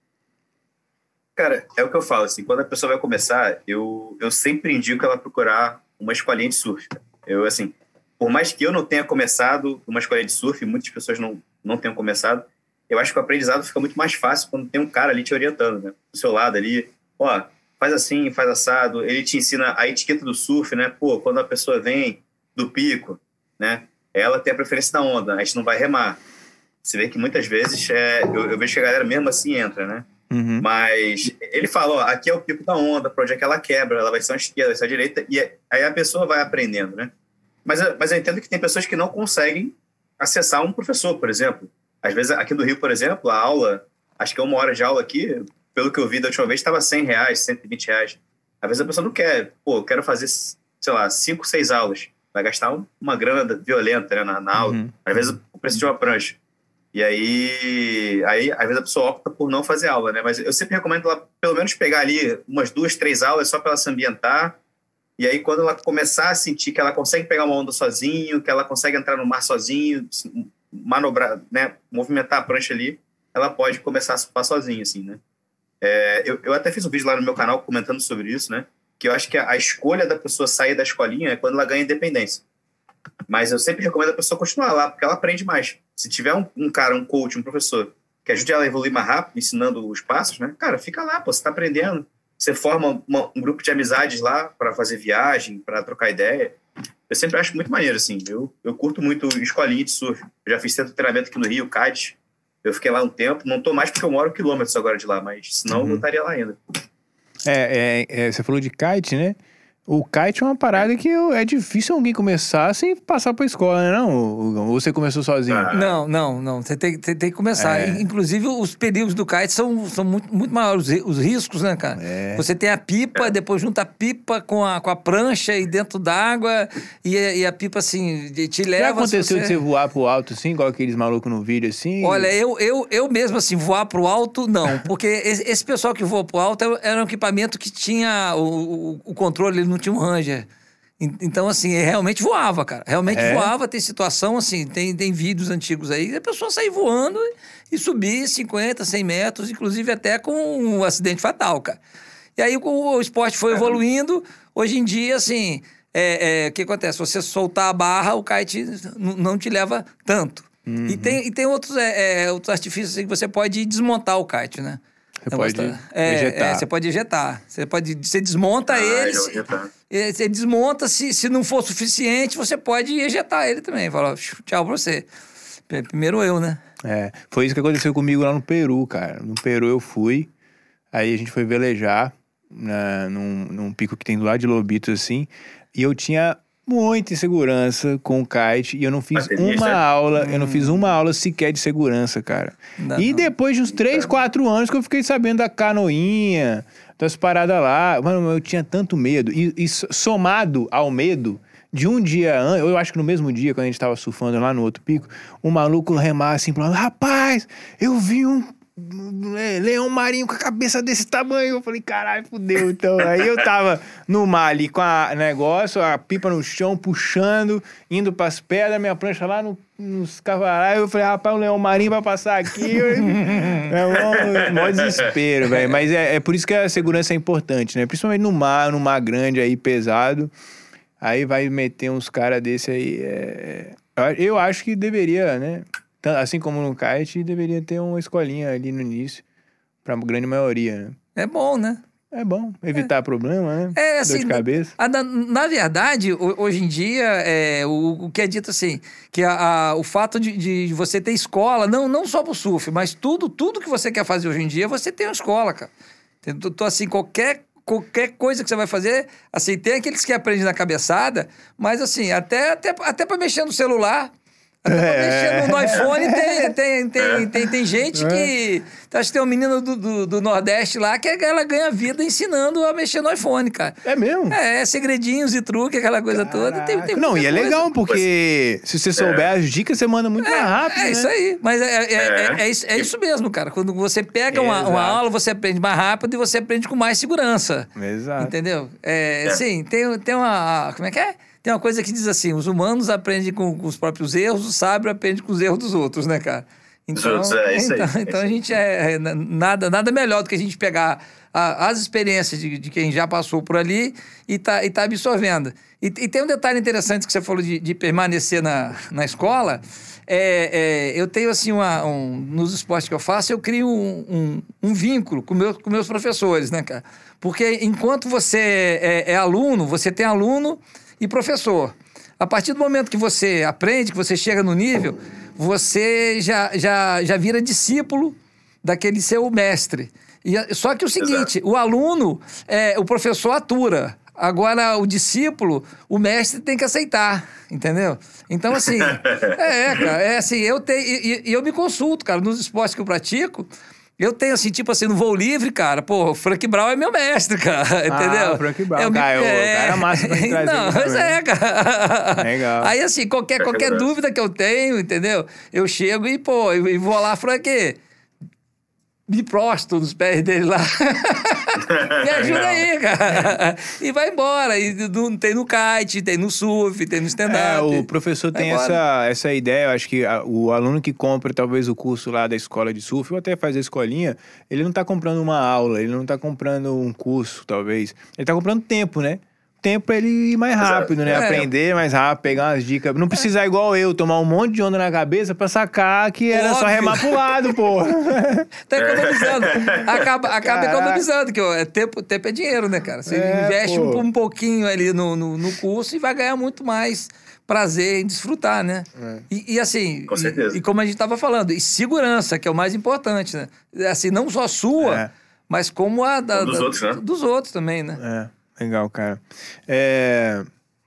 Speaker 3: Cara, é o que eu falo, assim, quando a pessoa vai começar, eu, eu sempre indico ela procurar uma escolinha de surf. Eu, assim, por mais que eu não tenha começado uma escolinha de surf, e muitas pessoas não, não tenham começado, eu acho que o aprendizado fica muito mais fácil quando tem um cara ali te orientando, né? Do seu lado ali, ó, faz assim, faz assado, ele te ensina a etiqueta do surf, né? Pô, quando a pessoa vem do pico, né? Ela tem a preferência da onda, a gente não vai remar. Você vê que muitas vezes, é, eu, eu vejo que a galera mesmo assim entra, né?
Speaker 1: Uhum.
Speaker 3: Mas ele fala, ó, aqui é o pico da onda, pra onde é que ela quebra, ela vai ser à esquerda, vai ser à direita, e aí a pessoa vai aprendendo, né? Mas, eu- mas eu entendo que tem pessoas que não conseguem acessar um professor, por exemplo. Às vezes, aqui no Rio, por exemplo, a aula, acho que é uma hora de aula aqui, pelo que eu vi da última vez, estava cem reais, cento e vinte reais. Às vezes a pessoa não quer, pô, eu quero fazer, sei lá, cinco, seis aulas. Vai gastar um- uma grana violenta, né, na, na aula.
Speaker 1: Uhum.
Speaker 3: Às vezes o preço de uma prancha. E aí, aí, às vezes a pessoa opta por não fazer aula, né? Mas eu sempre recomendo ela, pelo menos, pegar ali umas duas, três aulas só para ela se ambientar. E aí, quando ela começar a sentir que ela consegue pegar uma onda sozinho, que ela consegue entrar no mar sozinho, manobrar, né? Movimentar a prancha ali, ela pode começar a surfar sozinha, assim, né? É, eu, eu até fiz um vídeo lá no meu canal comentando sobre isso, né? Que eu acho que a, a escolha da pessoa sair da escolinha é quando ela ganha independência. Mas eu sempre recomendo a pessoa continuar lá, porque ela aprende mais. Se tiver um, um cara, um coach, um professor, que ajude ela a evoluir mais rápido, ensinando os passos, né? Cara, fica lá, pô, você tá aprendendo. Você forma uma, um grupo de amizades lá para fazer viagem, para trocar ideia. Eu sempre acho muito maneiro, assim. Eu, eu curto muito escolinha de surf. Eu já fiz centro de treinamento aqui no Rio, kite. Eu fiquei lá um tempo. Não tô mais porque eu moro quilômetros agora de lá, mas senão
Speaker 1: Uhum.
Speaker 3: eu estaria lá ainda.
Speaker 1: É, é, é, você falou de kite, né? O kite é uma parada que eu- é difícil alguém começar sem passar pra escola, né? Não, Hugão? Ou você começou sozinho?
Speaker 3: Ah.
Speaker 2: Não, não, não. Você tem, você tem que começar.
Speaker 1: É.
Speaker 2: Inclusive, os perigos do kite são, são muito, muito maiores. Os ri- Os riscos, né, cara?
Speaker 1: É.
Speaker 2: Você tem a pipa, depois junta a pipa com a, com a prancha e dentro d'água. E, a- e a pipa, assim, te leva...
Speaker 1: Já aconteceu
Speaker 2: se
Speaker 1: de você voar pro alto assim, igual aqueles malucos no vídeo assim?
Speaker 2: Olha, eu, eu, eu mesmo, assim, voar pro alto, não. Porque esse, esse pessoal que voa pro alto era- era um equipamento que tinha o, o, o controle, ele não tinha um Ranger. En- Então, assim, ele realmente voava, cara. Realmente
Speaker 1: É?
Speaker 2: voava. Tem situação, assim, tem, tem vídeos antigos aí, a pessoa sair voando e subir cinquenta, cem metros, inclusive até com um acidente fatal, cara. E aí o, o esporte foi evoluindo. Hoje em dia, assim, é, é, o que acontece? Você soltar a barra, o kite n- não te leva tanto. E, tem, e tem outros, é, é, outros artifícios assim, que você pode desmontar o kite, né?
Speaker 1: Você
Speaker 2: Eu
Speaker 1: pode
Speaker 2: gosto- é,
Speaker 1: ejetar.
Speaker 2: é, você pode ejetar. Você, pode, você desmonta
Speaker 3: Ah,
Speaker 2: ele.
Speaker 3: já-
Speaker 2: se-
Speaker 3: já tá.
Speaker 2: é, Você desmonta, se, se não for suficiente, você pode ejetar ele também. Fala, tchau pra você. P- Primeiro eu, né?
Speaker 1: É, foi isso que aconteceu comigo lá no Peru, cara. No Peru eu fui, aí a gente foi velejar na, num, num pico que tem do lado de Lobitos, assim, e eu tinha muita insegurança com o kite, e eu não fiz
Speaker 3: Baterista?
Speaker 1: uma aula, eu não fiz uma aula sequer de segurança, cara.
Speaker 2: Não,
Speaker 1: e
Speaker 2: não.
Speaker 1: depois de uns três, quatro anos que eu fiquei sabendo da canoinha, das paradas lá, mano, eu tinha tanto medo, e, e somado ao medo... De um dia antes, eu acho que no mesmo dia, quando a gente tava surfando lá no outro pico, um maluco remar assim, falando, rapaz, eu vi um le- leão marinho com a cabeça desse tamanho. Eu falei, caralho, fudeu. Então, aí eu tava no mar ali com a negócio, a pipa no chão, puxando, indo pras pedras, minha prancha lá no, nos cavarais. Eu falei, rapaz, o leão marinho vai passar aqui. É um maior desespero, velho. Mas é, é por isso que a segurança é importante, né? Principalmente no mar, no mar grande aí, pesado. Aí vai meter uns caras desse aí. É... Eu acho que deveria, né? Tan- Assim como no kite, deveria ter uma escolinha ali no início, pra grande maioria, né?
Speaker 2: É bom, né?
Speaker 1: É bom, evitar problema, né?
Speaker 2: É,
Speaker 1: Dor
Speaker 2: assim,
Speaker 1: de cabeça.
Speaker 2: a- na, na verdade, ho- hoje em dia, é, o, o que é dito assim, que a- a- o fato de, de você ter escola, não, não só pro surf, mas tudo, tudo que você quer fazer hoje em dia, você tem uma escola, cara. Então, tô, assim, qualquer, qualquer coisa que você vai fazer, assim, tem aqueles que aprendem na cabeçada, mas assim, até, até, até pra mexer no celular... Até pra
Speaker 1: É.
Speaker 2: mexer no, no iPhone, tem, tem, tem, tem, tem gente que... Acho que tem uma menina do, do, do Nordeste lá que ela ganha vida ensinando a mexer no iPhone, cara.
Speaker 1: É mesmo?
Speaker 2: É, segredinhos e truque, aquela coisa toda. Tem, tem
Speaker 1: Não,
Speaker 2: muita
Speaker 1: e é
Speaker 2: coisa.
Speaker 1: legal, porque se você souber as dicas, você manda muito mais rápido,
Speaker 2: É
Speaker 1: né?
Speaker 2: isso aí. Mas é, é, é,
Speaker 3: É.
Speaker 2: é isso, é isso mesmo, cara. Quando você pega uma,
Speaker 1: Exato.
Speaker 2: uma aula, você aprende mais rápido e você aprende com mais segurança.
Speaker 1: Exato.
Speaker 2: Entendeu? É,
Speaker 3: É.
Speaker 2: Sim, tem, tem uma... Como é que é? Tem uma coisa que diz assim, os humanos aprendem com, com os próprios erros, o sábio aprende com os erros dos outros, né, cara? Então,
Speaker 3: outros, é isso aí,
Speaker 2: então,
Speaker 3: é
Speaker 2: então
Speaker 3: isso
Speaker 2: a
Speaker 3: aí.
Speaker 2: gente é, é nada, nada melhor do que a gente pegar a- as experiências de, de quem já passou por ali e tá, e tá absorvendo. E, e tem um detalhe interessante que você falou de, de permanecer na, na escola. É, é, eu tenho, assim, uma, um, nos esportes que eu faço, eu crio um, um, um vínculo com, meu, com meus professores, né, cara? Porque enquanto você é, é aluno, você tem aluno e professor. A partir do momento que você aprende, que você chega no nível, você já, já, já vira discípulo daquele seu mestre. E, a- só que o seguinte, o aluno, é, o professor atura. Agora, o discípulo, o mestre tem que aceitar, entendeu? Então, assim, é, cara, é assim, eu tenho... E, e eu me consulto, cara, nos esportes que eu pratico, Eu tenho, assim, tipo assim, no voo livre, cara, pô, o Frank Brown é meu mestre, cara, entendeu?
Speaker 1: Ah, o Frank Brown,
Speaker 2: é,
Speaker 1: cara,
Speaker 2: é,
Speaker 1: o cara é massa pra gente trazer.
Speaker 2: Não, mas é, cara.
Speaker 1: Legal.
Speaker 2: Aí, assim, qualquer, qualquer dúvida que eu tenho, entendeu? Eu chego e, pô, e vou lá, Frank, me prosto nos pés dele lá. Me ajuda aí, cara. E vai embora. E tem no kite, tem no surf, tem no stand-up.
Speaker 1: É, o professor tem essa, essa ideia. Eu acho que a, o aluno que compra talvez o curso lá da escola de surf, ou até faz a escolinha, ele não tá comprando uma aula, ele não tá comprando um curso, talvez. Ele tá comprando tempo, né? Tempo pra ele ir mais rápido, né?
Speaker 2: É.
Speaker 1: Aprender mais rápido, pegar umas dicas. Não precisa é. igual eu, tomar um monte de onda na cabeça pra sacar que era Óbvio. Só remar pro lado, pô.
Speaker 2: Tá economizando. Acaba, acaba economizando, que ó, tempo, tempo é dinheiro, né, cara? Você é, investe um, um pouquinho ali no, no, no curso e vai ganhar muito mais prazer em desfrutar, né? É. E, e assim...
Speaker 3: Com certeza.
Speaker 2: E, e como a gente tava falando, e segurança, que é o mais importante, né? Assim, não só a sua, é. mas como a da,
Speaker 3: dos,
Speaker 2: da,
Speaker 3: outros, né?
Speaker 2: dos outros também, né?
Speaker 1: É. Legal, cara. É...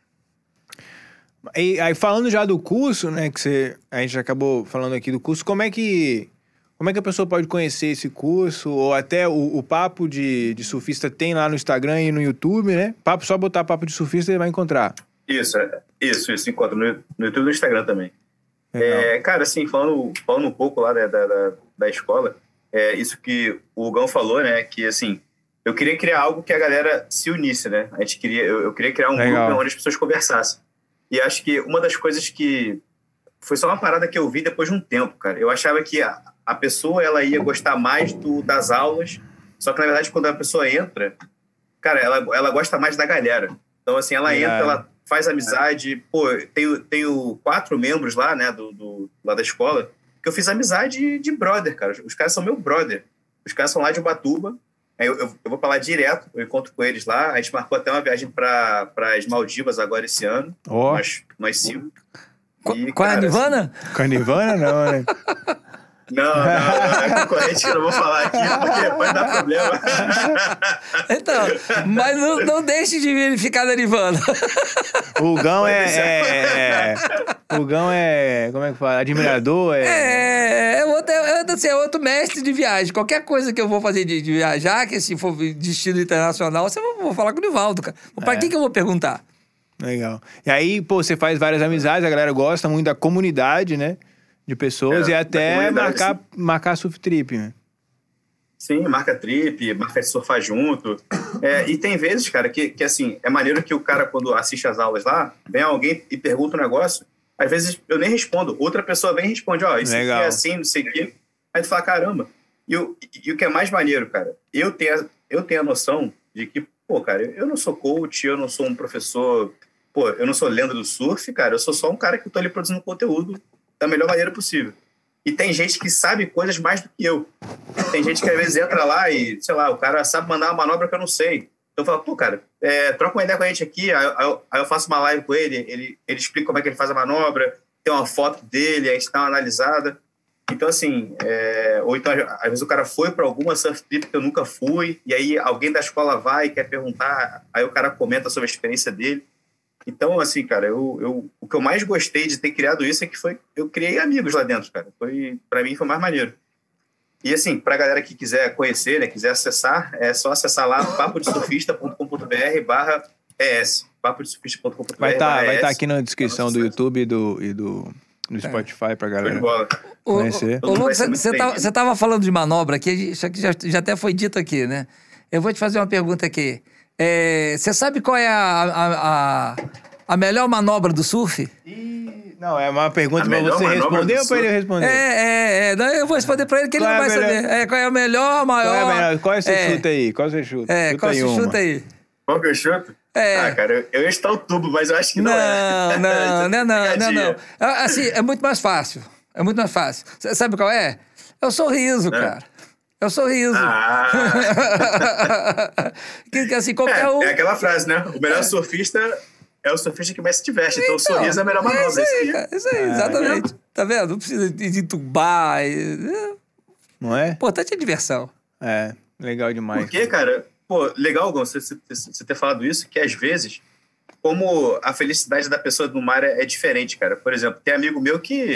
Speaker 1: E aí, falando já do curso, né, que você... A gente acabou falando aqui do curso, como é que... Como é que a pessoa pode conhecer esse curso? Ou até o, o Papo de, de Surfista tem lá no Instagram e no YouTube, né? Papo, só botar Papo de Surfista e vai encontrar.
Speaker 3: Isso, isso, isso. Encontra no, no YouTube e no Instagram também. É, cara, assim, falando, falando um pouco lá, né, da, da, da escola, é isso que o Hugão falou, né, que, assim... Eu queria criar algo que a galera se unisse, né? A gente queria, eu, eu queria criar um Legal. Grupo onde as pessoas conversassem. E acho que uma das coisas que... Foi só uma parada que eu vi depois de um tempo, cara. Eu achava que a, a pessoa, ela ia gostar mais do, das aulas. Só que, na verdade, quando a pessoa entra... Cara, ela, ela gosta mais da galera. Então, assim, ela é. entra, ela faz amizade. Pô, tenho, tenho quatro membros lá, né? Do, do, lá da escola. Que eu fiz amizade de brother, cara. Os caras são meu brother. Os caras são lá de Ubatuba. Eu, eu, eu vou pra lá direto, eu encontro com eles lá. A gente marcou até uma viagem para as Maldivas agora esse ano.
Speaker 1: Oh.
Speaker 3: Nós, nós cinco.
Speaker 2: E, com a Nirvana?
Speaker 1: Assim, com a Nirvana, não, né?
Speaker 3: Não, não, não, é concorrente que eu não vou falar aqui, porque pode dar problema.
Speaker 2: Então, mas não, não deixe de verificar da Nirvana.
Speaker 1: O Gão é, é, é... O Gão é... Como é que fala? Admirador? É,
Speaker 2: é, é, outro, é, assim, é outro mestre de viagem. Qualquer coisa que eu vou fazer de, de viajar, que se for destino internacional, você vai, vou falar com o Nivaldo, cara. Pra é. quem que eu vou perguntar?
Speaker 1: Legal. E aí, pô, você faz várias amizades, a galera gosta muito da comunidade, né? De pessoas é, e até marcar, marcar surf trip, né?
Speaker 3: Sim, marca trip, marca surfar junto. É, e tem vezes, cara, que, que assim, é maneiro que o cara, quando assiste as aulas lá, vem alguém e pergunta um negócio, às vezes eu nem respondo, outra pessoa vem e responde, ó, oh, isso aqui é assim, não sei o quê. Aí tu fala, caramba. E o, e o que é mais maneiro, cara, eu tenho, eu tenho a noção de que, pô, cara, eu não sou coach, eu não sou um professor, pô, eu não sou lenda do surf, cara, eu sou só um cara que tô ali produzindo conteúdo da melhor maneira possível. E tem gente que sabe coisas mais do que eu. Tem gente que às vezes entra lá e, sei lá, o cara sabe mandar uma manobra que eu não sei. Então eu falo, pô, cara, é, troca uma ideia com a gente aqui, aí eu, aí eu faço uma live com ele, ele, ele explica como é que ele faz a manobra, tem uma foto dele, a gente dá uma analisada. Então, assim, é, ou então, às vezes o cara foi para alguma surf trip que eu nunca fui, e aí alguém da escola vai e quer perguntar, aí o cara comenta sobre a experiência dele. Então, assim, cara, eu, eu, o que eu mais gostei de ter criado isso é que foi, eu criei amigos lá dentro, cara. Foi, pra mim foi mais maneiro. E, assim, pra galera que quiser conhecer, né, quiser acessar, é só acessar lá papodesurfista ponto com ponto br barra es. papodesurfista ponto com ponto br
Speaker 1: Vai estar tá, vai tá aqui na descrição do YouTube e do, e do, do Spotify pra galera conhecer.
Speaker 2: Ô, Lucas, você tava, tava falando de manobra aqui, isso aqui já, já até foi dito aqui, né? Eu vou te fazer uma pergunta aqui. Você é, sabe qual é a, a, a, a melhor manobra do surf?
Speaker 1: Ih, não, é uma pergunta pra você responder ou pra ele responder?
Speaker 2: É, é, é. Não, eu vou responder pra ele que qual ele não é vai melhor... saber. É, qual é a melhor, a maior...
Speaker 1: Qual é, a melhor? Qual é o seu é... chute aí? Qual é o seu chute?
Speaker 2: É,
Speaker 1: chuta
Speaker 2: qual é o seu chute aí?
Speaker 3: Qual que eu chuto?
Speaker 2: É.
Speaker 3: Ah, cara, eu, eu ia estar o tubo, mas eu acho que não,
Speaker 2: não
Speaker 3: é.
Speaker 2: Não, não, não, não, não. Assim, é muito mais fácil. É muito mais fácil. Sabe qual é? É o sorriso, é. cara. É o sorriso. Ah. que, que, assim, qualquer
Speaker 3: é,
Speaker 2: um...
Speaker 3: é aquela frase, né? O melhor surfista é o surfista que mais se diverte. Então, então o sorriso é a melhor manobra.
Speaker 2: É isso aí, cara. Isso aí, exatamente. É. Tá vendo? Não precisa de entubar.
Speaker 1: Não é?
Speaker 2: O importante é a diversão.
Speaker 1: É, legal demais.
Speaker 3: Por quê, cara? Pô, legal, Gon, você, você, você ter falado isso, que às vezes, como a felicidade da pessoa no mar é, é diferente, cara. Por exemplo, tem amigo meu que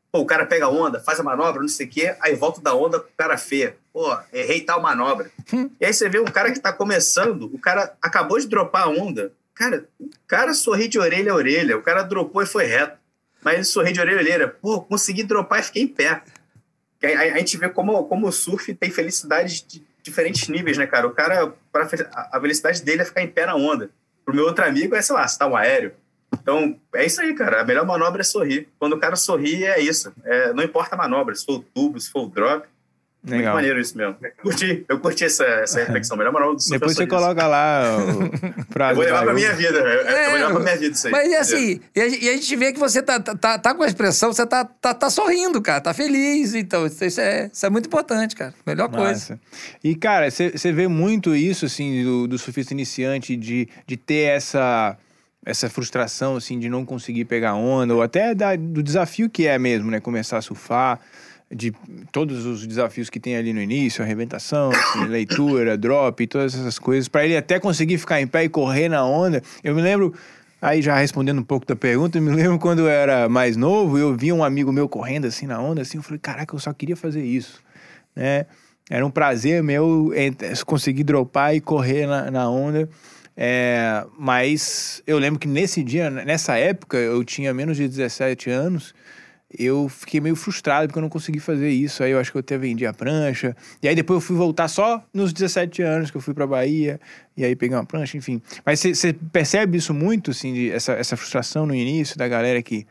Speaker 3: Pô, o cara pega a onda, faz a manobra, não sei o quê, aí volta da onda com o cara feia. Pô, errei tal manobra. E aí você vê um cara que tá começando, o cara acabou de dropar a onda. Cara, o cara sorri de orelha a orelha, o cara dropou e foi reto. Mas ele sorri de orelha a orelha. Pô, consegui dropar e fiquei em pé. A, a gente vê como, como o surf tem felicidade de diferentes níveis, né, cara? O cara, pra, a felicidade dele é ficar em pé na onda. Pro meu outro amigo é, sei lá, se tá um aéreo. Então, é isso aí, cara. A melhor manobra é sorrir. Quando o cara sorri, é isso. É, não importa a manobra, se for o tubo, se for o drop.
Speaker 1: Legal.
Speaker 3: Muito maneiro isso mesmo. Curti, eu curti essa, essa reflexão. Melhor manobra do surf.
Speaker 1: Depois você coloca lá o frase.
Speaker 3: Eu vou levar pra minha vida. Eu,
Speaker 2: É,
Speaker 3: eu vou levar pra minha vida isso aí.
Speaker 2: Mas é assim, e a, e a gente vê que você tá, tá, tá com a expressão, você tá, tá, tá sorrindo, cara, tá feliz. Então, isso é, isso é muito importante, cara. Melhor coisa.
Speaker 1: Massa. E, cara, você vê muito isso, assim, do, do surfista iniciante, de, de ter essa, essa frustração, assim, de não conseguir pegar onda, ou até da, do desafio que é mesmo, né? Começar a surfar, de todos os desafios que tem ali no início, arrebentação, assim, leitura, drop, todas essas coisas, para ele até conseguir ficar em pé e correr na onda. Eu me lembro, aí já respondendo um pouco da pergunta, eu me lembro quando eu era mais novo, eu via um amigo meu correndo assim na onda, assim, eu falei, caraca, eu só queria fazer isso, né? Era um prazer meu conseguir dropar e correr na, na onda. É, mas eu lembro que nesse dia, nessa época, eu tinha menos de dezessete anos, eu fiquei meio frustrado porque eu não consegui fazer isso. Aí eu acho que eu até vendi a prancha. E aí depois eu fui voltar só nos dezessete anos que eu fui pra Bahia. E aí peguei uma prancha, enfim. Mas você percebe isso muito, assim, de, essa, essa frustração no início da galera que,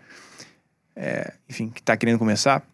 Speaker 1: é, enfim, que tá querendo começar?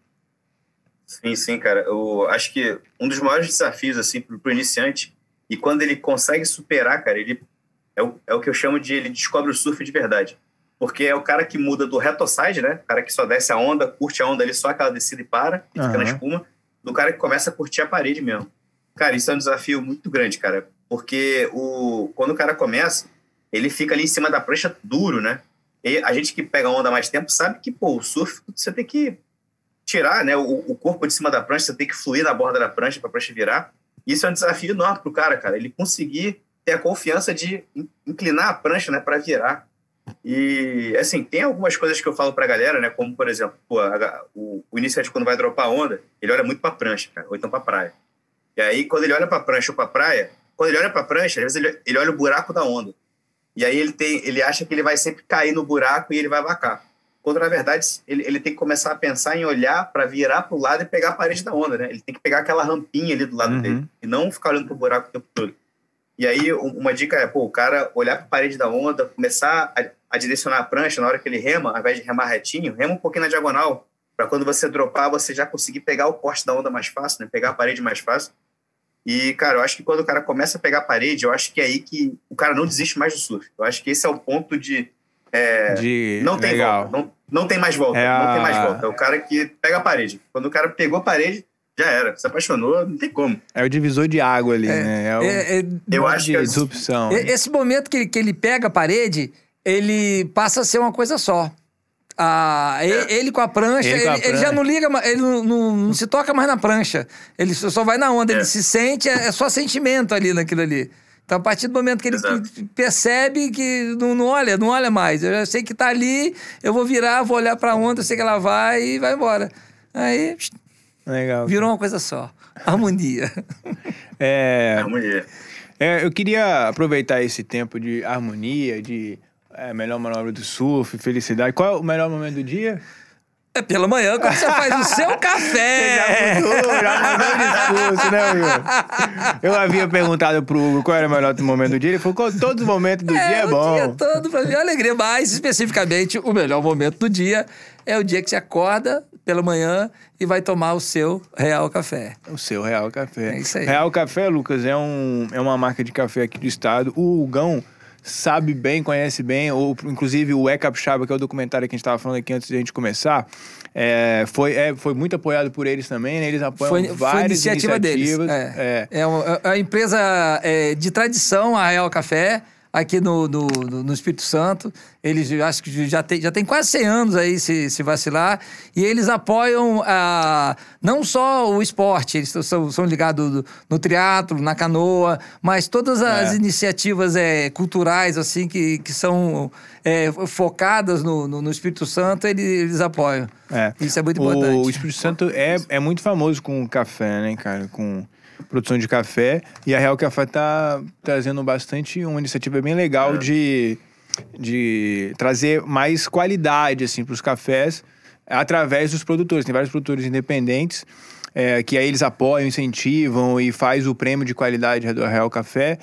Speaker 3: Sim, sim, cara. Eu acho que um dos maiores desafios, assim, pro, pro iniciante, e quando ele consegue superar, cara, ele é o, é o que eu chamo de ele descobre o surf de verdade. Porque é o cara que muda do retoside, né? O cara que só desce a onda, curte a onda ali, só aquela descida e para, e uhum. fica na espuma, do cara que começa a curtir a parede mesmo. Cara, isso é um desafio muito grande, cara. Porque o, quando o cara começa, ele fica ali em cima da prancha duro, né? E a gente que pega a onda há mais tempo sabe que, pô, o surf, você tem que tirar, né? O, o corpo de cima da prancha, você tem que fluir na borda da prancha pra prancha virar. E isso é um desafio enorme pro cara, cara. Ele conseguir ter a confiança de inclinar a prancha, né? Pra virar. E, assim, tem algumas coisas que eu falo pra galera, né? Como, por exemplo, pô, a, o, o iniciante, quando vai dropar a onda, ele olha muito pra prancha, cara, ou então pra praia. E aí, quando ele olha pra prancha ou pra praia, quando ele olha pra prancha, às vezes ele, ele olha o buraco da onda. E aí ele, tem, ele acha que ele vai sempre cair no buraco e ele vai vacar. Quando, na verdade, ele, ele tem que começar a pensar em olhar pra virar pro lado e pegar a parede da onda, né? Ele tem que pegar aquela rampinha ali do lado uhum. dele e não ficar olhando pro buraco o tempo todo. E aí, uma dica é, pô, o cara olhar para a parede da onda, começar a, a direcionar a prancha na hora que ele rema, ao invés de remar retinho, rema um pouquinho na diagonal, para quando você dropar, você já conseguir pegar o corte da onda mais fácil, né? Pegar a parede mais fácil. E, cara, eu acho que quando o cara começa a pegar a parede, eu acho que é aí que o cara não desiste mais do surf. Eu acho que esse é o ponto de... É,
Speaker 1: de...
Speaker 3: Não tem
Speaker 1: Legal.
Speaker 3: volta. Não, não tem mais volta.
Speaker 1: É a...
Speaker 3: Não tem mais volta. É o cara que pega a parede. Quando o cara pegou a parede... Já era, se apaixonou, não tem como.
Speaker 1: É o divisor de água ali,
Speaker 2: é,
Speaker 1: né? É o
Speaker 2: é, é,
Speaker 3: eu acho
Speaker 1: de
Speaker 3: que
Speaker 1: disrupção.
Speaker 2: Esse momento que ele, que ele pega a parede, ele passa a ser uma coisa só. Ah, é. ele, ele com a prancha, ele, ele, a prancha. ele já não liga, ele não, não, não se toca mais na prancha. Ele só vai na onda, é. ele se sente, é, é só sentimento ali naquilo ali. Então, a partir do momento que ele Exato. percebe que não, não olha, não olha mais. Eu já sei que tá ali, eu vou virar, vou olhar pra onda, eu sei que ela vai e vai embora. Aí...
Speaker 1: Legal.
Speaker 2: Virou uma coisa só. Harmonia.
Speaker 1: É,
Speaker 3: harmonia.
Speaker 1: É, eu queria aproveitar esse tempo de harmonia, de é, melhor manobra do surf, felicidade. Qual é o melhor momento do dia?
Speaker 2: É pela manhã, quando você faz o seu café.
Speaker 1: Você já mudou, já mudou o discurso, né, Hugo? Eu havia perguntado pro Hugo qual era o melhor momento do dia. Ele falou que todos os momentos do
Speaker 2: é,
Speaker 1: dia é bom.
Speaker 2: O dia todo pra mim é alegria. Mas, especificamente, o melhor momento do dia é o dia que você acorda pela manhã e vai tomar o seu Real Café.
Speaker 1: O seu Real Café.
Speaker 2: É isso aí.
Speaker 1: Real Café, Lucas, é, um, é uma marca de café aqui do estado. O Hugão sabe bem, conhece bem, ou inclusive o É Capixaba, que é o documentário que a gente estava falando aqui antes de a gente começar, é, foi, é, foi muito apoiado por eles também, né? Eles apoiam foi, várias foi iniciativa iniciativas.
Speaker 2: Deles. É, é. é uma, é uma empresa é, de tradição, a Real Café, aqui no, no, no, no Espírito Santo. Eles acho que já tem, já tem quase cem anos aí, se, se vacilar. E eles apoiam a, não só o esporte, eles são, são ligados no, no triatlo, na canoa, mas todas as é. iniciativas é, culturais assim que, que são é, focadas no, no, no Espírito Santo, eles, eles apoiam. É. Isso é muito importante.
Speaker 1: O Espírito Santo é, é muito famoso com café, né, cara? Com produção de café. E a Real Café tá trazendo bastante uma iniciativa bem legal é. de... de trazer mais qualidade, assim, para os cafés através dos produtores. Tem vários produtores independentes é, que aí eles apoiam, incentivam e faz o prêmio de qualidade do Real Café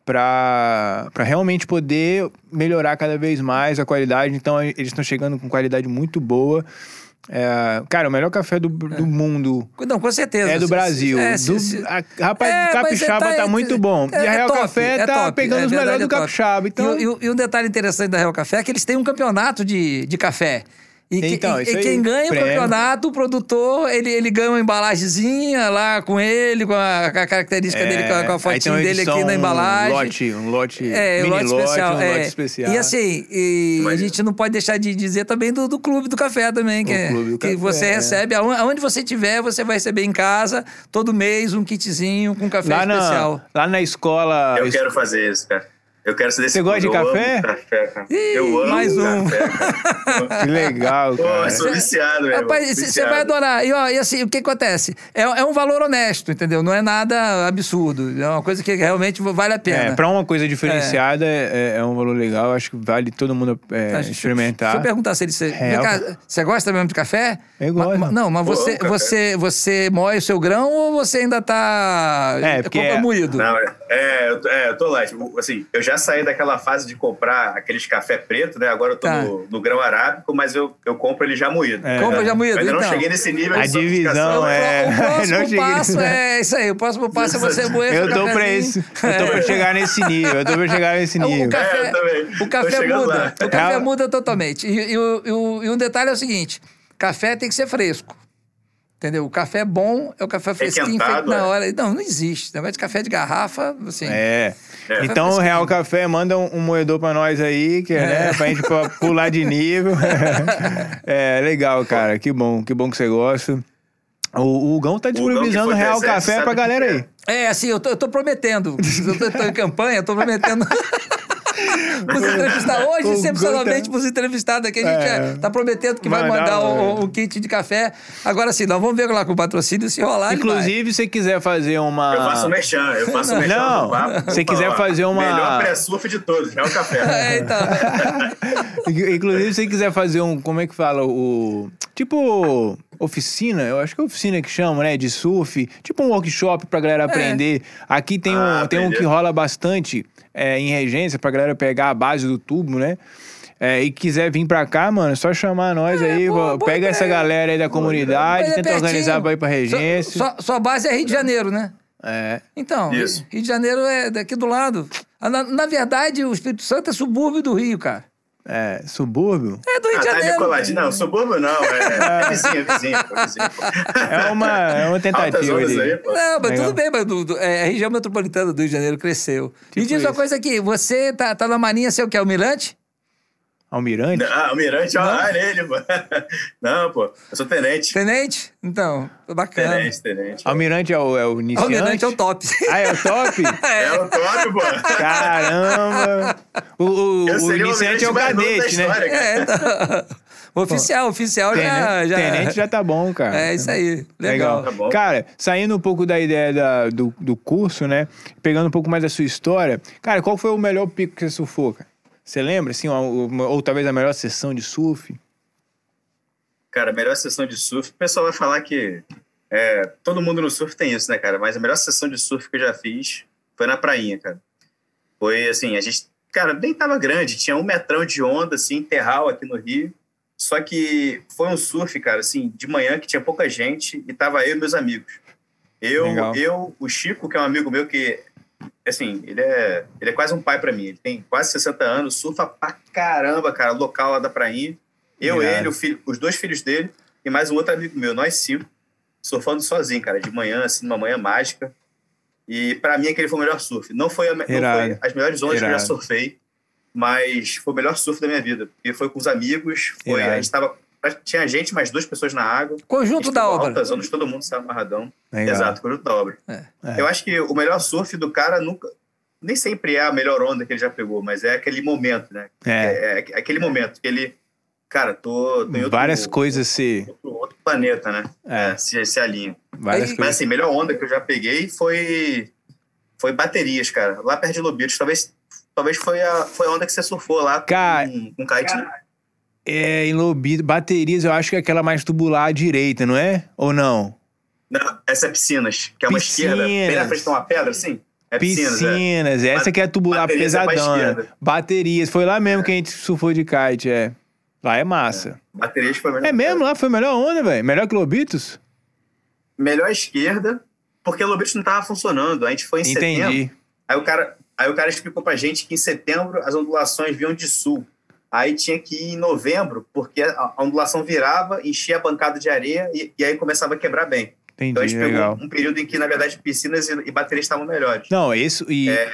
Speaker 1: para realmente poder melhorar cada vez mais a qualidade. Então, eles estão chegando com qualidade muito boa. É, cara, o melhor café do, do é. mundo.
Speaker 2: Não, com certeza.
Speaker 1: É do Brasil.
Speaker 2: É,
Speaker 1: do,
Speaker 2: se, se...
Speaker 1: A, rapaz, é, capixaba tá, tá muito bom.
Speaker 2: É,
Speaker 1: e a Real
Speaker 2: top,
Speaker 1: Café tá
Speaker 2: top,
Speaker 1: pegando os melhores do capixaba. Então...
Speaker 2: E, e, e um detalhe interessante da Real Café é que eles têm um campeonato de, de café. E,
Speaker 1: então,
Speaker 2: que,
Speaker 1: isso
Speaker 2: e
Speaker 1: aí,
Speaker 2: quem ganha
Speaker 1: prêmio.
Speaker 2: o campeonato, o produtor, ele, ele ganha uma embalagenzinha lá com ele, com a, com a característica é, dele, com a, com a fotinho dele aqui na embalagem.
Speaker 1: Um lote, um lote,
Speaker 2: é,
Speaker 1: mini
Speaker 2: lote especial.
Speaker 1: lote, um
Speaker 2: é.
Speaker 1: lote especial.
Speaker 2: E assim, e a gente não pode deixar de dizer também do, do Clube do Café também, que, é, que café, você é. recebe, aonde você estiver, você vai receber em casa, todo mês, um kitzinho com café lá especial.
Speaker 1: Na, lá na escola...
Speaker 3: Eu quero fazer isso, cara. Eu quero ser desse
Speaker 1: Você gosta de café?
Speaker 3: café, cara.
Speaker 2: Ih,
Speaker 3: eu amo
Speaker 2: mais um.
Speaker 3: café, cara.
Speaker 1: Que legal, cara.
Speaker 3: Pô, eu sou viciado, meu
Speaker 2: Rapaz, você vai adorar. E, ó, e assim, o que acontece? É, é um valor honesto, entendeu? Não é nada absurdo. É uma coisa que realmente vale a pena.
Speaker 1: É, pra uma coisa diferenciada, é, é um valor legal. Acho que vale todo mundo é, tá, experimentar.
Speaker 2: Deixa eu perguntar se ele... Você, cá, você gosta mesmo de café?
Speaker 1: Eu gosto.
Speaker 2: Ma, não, mas
Speaker 3: Pô,
Speaker 2: você, você, você moe o seu grão ou você ainda tá...
Speaker 1: É, porque...
Speaker 2: compra moído?
Speaker 3: Não, é, eu, é, eu tô lá. Tipo, assim, eu já saí daquela fase de comprar aqueles café preto, né? Agora eu tô tá. no, no grão arábico, mas eu, eu compro ele já moído.
Speaker 2: É. Compra já moído,
Speaker 3: eu ainda
Speaker 2: então.
Speaker 3: não cheguei nesse nível
Speaker 1: a
Speaker 3: de
Speaker 1: divisão é...
Speaker 2: O, o próximo passo é isso aí. O próximo passo é você moer
Speaker 1: Eu tô pra isso. Eu tô pra chegar nesse nível. Eu tô pra chegar nesse nível.
Speaker 2: O café,
Speaker 3: é, eu também.
Speaker 2: O café muda.
Speaker 3: Lá.
Speaker 2: O café é. muda totalmente. E, e, e, e um detalhe é o seguinte. Café tem que ser fresco. Entendeu? O café bom é o café fresquinho, feito na hora. Não, não existe. Negócio de café de garrafa, assim...
Speaker 1: É. é. Então, o Real Café, manda um, um moedor pra nós aí, que, é. né, pra gente pular de nível. É, legal, cara. Que bom. Que bom que você gosta. O, o Hugão tá disponibilizando o Real deserto, Café pra galera aí.
Speaker 2: É, assim, eu tô, eu tô prometendo. Eu tô, tô em campanha, eu tô prometendo... Pros entrevistados. Hoje, excepcionalmente, pros entrevistados aqui, a gente é. tá prometendo que vai mandar um, um kit de café. Agora sim, nós vamos ver lá com o patrocínio se rolar.
Speaker 1: Inclusive, se você quiser fazer uma...
Speaker 3: Eu faço merchan, eu faço merchan.
Speaker 1: Não, se você quiser fazer uma...
Speaker 3: Melhor pré-surf de todos, é o café.
Speaker 2: É, então.
Speaker 1: Inclusive, se você quiser fazer um... Como é que fala? O... Tipo... Oficina, eu acho que é oficina que chama, né? De surf. Tipo um workshop pra galera aprender. É. Aqui tem, ah, um, tem um que rola bastante é, em Regência pra galera pegar a base do tubo, né? É, e quiser vir pra cá, mano, é só chamar nós é, aí. Boa, pega boa essa ideia. Galera aí da comunidade, tenta é organizar pra ir pra Regência.
Speaker 2: Sua, sua base é Rio de Janeiro, né?
Speaker 1: É.
Speaker 2: Então,
Speaker 3: Isso.
Speaker 2: Rio de Janeiro é daqui do lado. Na, na verdade, o Espírito Santo é subúrbio do Rio, cara.
Speaker 1: É, subúrbio?
Speaker 2: É do Rio
Speaker 3: ah,
Speaker 2: de Janeiro.
Speaker 3: Tá coladinho. Não, subúrbio não, é, é vizinho, é vizinho, é vizinho.
Speaker 1: É uma, é uma tentativa ali.
Speaker 3: Aí, pô.
Speaker 2: Não, mas
Speaker 1: legal.
Speaker 2: tudo bem, mas do, do, é, a região metropolitana do Rio de Janeiro cresceu. Tipo e diz isso. Uma coisa aqui, você tá, tá na Marinha, você é o quê? Almirante?
Speaker 1: Almirante?
Speaker 3: Ah, Almirante, olha ele, pô. Não, pô, eu sou tenente.
Speaker 2: Tenente? Então, bacana.
Speaker 3: Tenente, tenente.
Speaker 1: Almirante é o, é o iniciante?
Speaker 2: Almirante é o top.
Speaker 1: Ah, é o top?
Speaker 3: É, é o top, pô.
Speaker 1: Caramba. O, o, o iniciante é o cadete, né?
Speaker 3: História,
Speaker 2: é, então... Oficial, oficial
Speaker 1: tenente,
Speaker 2: já, já...
Speaker 1: Tenente já tá bom, cara.
Speaker 2: É isso aí, legal. legal.
Speaker 3: Tá bom.
Speaker 1: Cara, saindo um pouco da ideia da, do, do curso, né? Pegando um pouco mais da sua história. Cara, qual foi o melhor pico que você surfou, cara? Você lembra, assim, ou, ou, ou talvez a melhor sessão de surf?
Speaker 3: Cara, a melhor sessão de surf, o pessoal vai falar que é, todo mundo no surf tem isso, né, cara? Mas a melhor sessão de surf que eu já fiz foi na prainha, cara. Foi, assim, a gente, cara, nem tava grande, tinha um metrão de onda, assim, terral aqui no Rio. Só que foi um surf, cara, assim, de manhã que tinha pouca gente e tava eu e meus amigos. Eu, eu, o Chico, que é um amigo meu que... Assim, ele é, ele é quase um pai pra mim. Ele tem quase sessenta anos, surfa pra caramba, cara, local lá da prainha. Eu, yeah. ele, o filho, os dois filhos dele e mais um outro amigo meu, nós cinco, surfando sozinho, cara, de manhã, assim, numa manhã mágica. E pra mim aquele foi o melhor surf. Não foi, a, não foi as melhores ondas Irado. que eu já surfei, mas foi o melhor surf da minha vida. Porque foi com os amigos, foi, a gente tava, tinha gente, mais duas pessoas na água.
Speaker 2: Conjunto da obra.
Speaker 3: Altas ondas, todo mundo estava amarradão.
Speaker 1: Legal.
Speaker 3: Exato, conjunto da obra.
Speaker 2: É.
Speaker 3: É. Eu acho que o melhor surf do cara nunca... Nem sempre é a melhor onda que ele já pegou, mas é aquele momento, né?
Speaker 1: É.
Speaker 3: É, é aquele momento que ele... Cara, tô, tô em outro...
Speaker 1: Várias coisas se...
Speaker 3: Outro, outro planeta, né?
Speaker 1: É.
Speaker 3: É, se, se alinha.
Speaker 1: Várias
Speaker 3: Mas,
Speaker 1: coisas.
Speaker 3: assim, melhor onda que eu já peguei foi... Foi baterias, cara. Lá perto de Lobitos. Talvez, talvez foi, a, foi a onda que você surfou lá
Speaker 1: Cara,
Speaker 3: com, com kite, né?
Speaker 1: É, em Lobito, baterias, eu acho que é aquela mais tubular à direita, não é? Ou não?
Speaker 3: Não, essa é Piscinas, que é uma
Speaker 1: Piscinas.
Speaker 3: esquerda. Bem na frente tem uma pedra, assim? É Piscinas,
Speaker 1: Piscinas,
Speaker 3: é.
Speaker 1: essa que é tubular
Speaker 3: Baterias é pra
Speaker 1: pesadona.
Speaker 3: esquerda.
Speaker 1: Baterias, foi lá mesmo é. que a gente surfou de kite, é. Lá é massa.
Speaker 3: É. Baterias foi a melhor.
Speaker 1: É mesmo? Lá foi a melhor onda, velho? Melhor que Lobitos?
Speaker 3: Melhor esquerda, porque Lobitos não tava funcionando. A gente foi em
Speaker 1: Entendi.
Speaker 3: setembro. Aí o, cara, aí o cara explicou pra gente que em setembro as ondulações vinham de sul. Aí tinha que ir em novembro, porque a, a ondulação virava, enchia a bancada de areia e, e aí começava a quebrar bem.
Speaker 1: Entendi,
Speaker 3: então a gente
Speaker 1: legal.
Speaker 3: pegou um período em que, na verdade, piscinas e, e baterias estavam melhores.
Speaker 1: Não, isso e...
Speaker 3: É...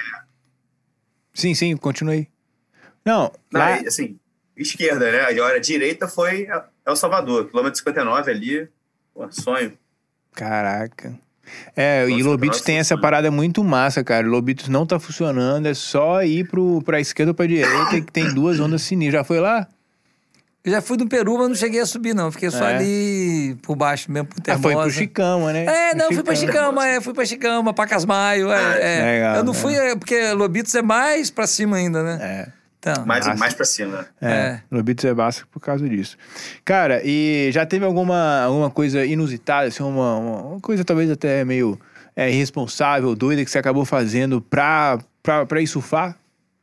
Speaker 1: Sim, sim, continue. Não,
Speaker 3: Não,
Speaker 1: lá...
Speaker 3: aí, assim, esquerda, né? Agora, direita foi El Salvador, quilômetro cinquenta e nove ali, pô, sonho.
Speaker 1: Caraca. É,
Speaker 3: Nossa,
Speaker 1: e Lobitos
Speaker 3: nossa,
Speaker 1: tem essa
Speaker 3: funciona.
Speaker 1: parada muito massa, cara. Lobitos não tá funcionando, é só ir pro, pra esquerda ou pra direita que tem duas ondas sinistras. Já foi lá?
Speaker 2: Eu já fui do Peru, mas não cheguei a subir, não. Fiquei só
Speaker 1: É.
Speaker 2: ali por baixo mesmo, por
Speaker 1: Ah,
Speaker 2: Termosa.
Speaker 1: foi pro Chicama, né?
Speaker 2: É, não,
Speaker 1: Pro
Speaker 2: fui pra
Speaker 1: Chicama.
Speaker 2: Chicama, é, fui pra Chicama, Pacasmaio, é, é.
Speaker 1: Legal,
Speaker 2: Eu não
Speaker 1: né?
Speaker 2: fui, é, porque Lobitos é mais pra cima ainda, né?
Speaker 1: É.
Speaker 2: Então,
Speaker 3: Mais,
Speaker 1: Massa.
Speaker 3: mais pra cima.
Speaker 1: É,
Speaker 2: É.
Speaker 1: Lobitos é massa por causa disso. Cara, e já teve alguma, alguma coisa inusitada, assim, uma, uma, uma coisa talvez até meio é, irresponsável, doida, que você acabou fazendo pra, pra, pra ir surfar?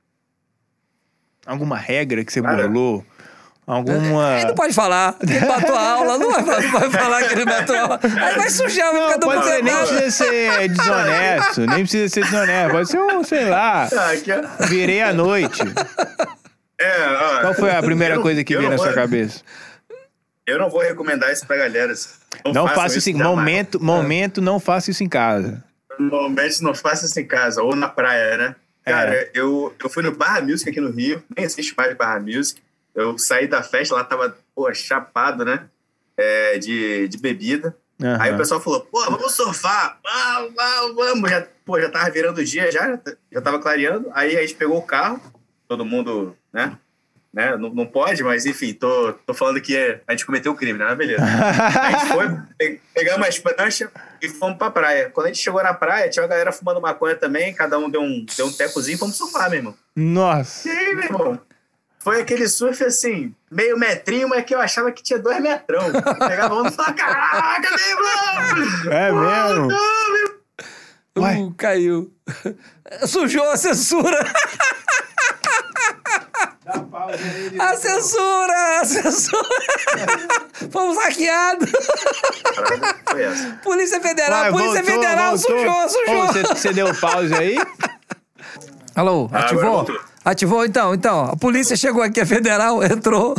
Speaker 1: Alguma regra que você
Speaker 3: Cara.
Speaker 1: bolou? Alguma...
Speaker 2: Ele não pode falar, ele matou a aula, não vai, não vai falar que ele matou a aula. Aí vai sujar, vai
Speaker 1: Não,
Speaker 2: ficar do
Speaker 1: pode ser, nem
Speaker 2: nada.
Speaker 1: precisa ser desonesto, nem precisa ser desonesto, pode ser um, sei lá,
Speaker 3: Ah, aqui é...
Speaker 1: virei à noite.
Speaker 3: é, ó,
Speaker 1: Qual foi a primeira
Speaker 3: eu-
Speaker 1: coisa que
Speaker 3: eu
Speaker 1: veio
Speaker 3: não
Speaker 1: na sua
Speaker 3: vou-
Speaker 1: cabeça?
Speaker 3: Eu não vou recomendar isso pra galera.
Speaker 1: Não
Speaker 3: façam
Speaker 1: faça isso em
Speaker 3: jamais.
Speaker 1: momento, momento, não faça isso em casa.
Speaker 3: Normalmente não faça isso em casa, ou na praia, né?
Speaker 1: É.
Speaker 3: Cara, eu, eu fui no Barra Music aqui no Rio, nem existe mais Barra Music. Eu saí da festa, lá tava, pô, chapado, né? É, de, de bebida.
Speaker 1: Aham.
Speaker 3: Aí o pessoal falou, pô, vamos surfar, vamos, vamos, vamos. Já, pô, já tava virando o dia, já, já tava clareando. Aí a gente pegou o carro, todo mundo, né? né? Não, não pode, mas enfim, tô, tô falando que é, a gente cometeu um crime, né? Beleza. A gente foi, pe- pegamos as pranchas e fomos pra praia. Quando a gente chegou na praia, tinha uma galera fumando maconha também, cada um deu um, deu um tecozinho e fomos surfar, meu irmão.
Speaker 1: Nossa.
Speaker 3: E aí, meu irmão? Foi aquele surf assim, meio metrinho, mas que eu achava que tinha dois metrão. Eu pegava onda e falava, caraca, meu irmão!
Speaker 1: É mesmo?
Speaker 3: Não, meu...
Speaker 1: Uai.
Speaker 2: Uh, caiu. Sujou a censura. A censura, a censura. Fomos hackeados.
Speaker 3: Foi essa.
Speaker 2: Polícia Federal,
Speaker 1: Vai,
Speaker 2: Polícia
Speaker 1: voltou,
Speaker 2: Federal,
Speaker 1: voltou.
Speaker 2: sujou, sujou.
Speaker 1: Ô, você, você deu pause aí?
Speaker 2: Alô,
Speaker 3: Ah,
Speaker 2: ativou?
Speaker 3: agora voltou.
Speaker 2: Ativou, então, então. A polícia chegou aqui, a federal entrou.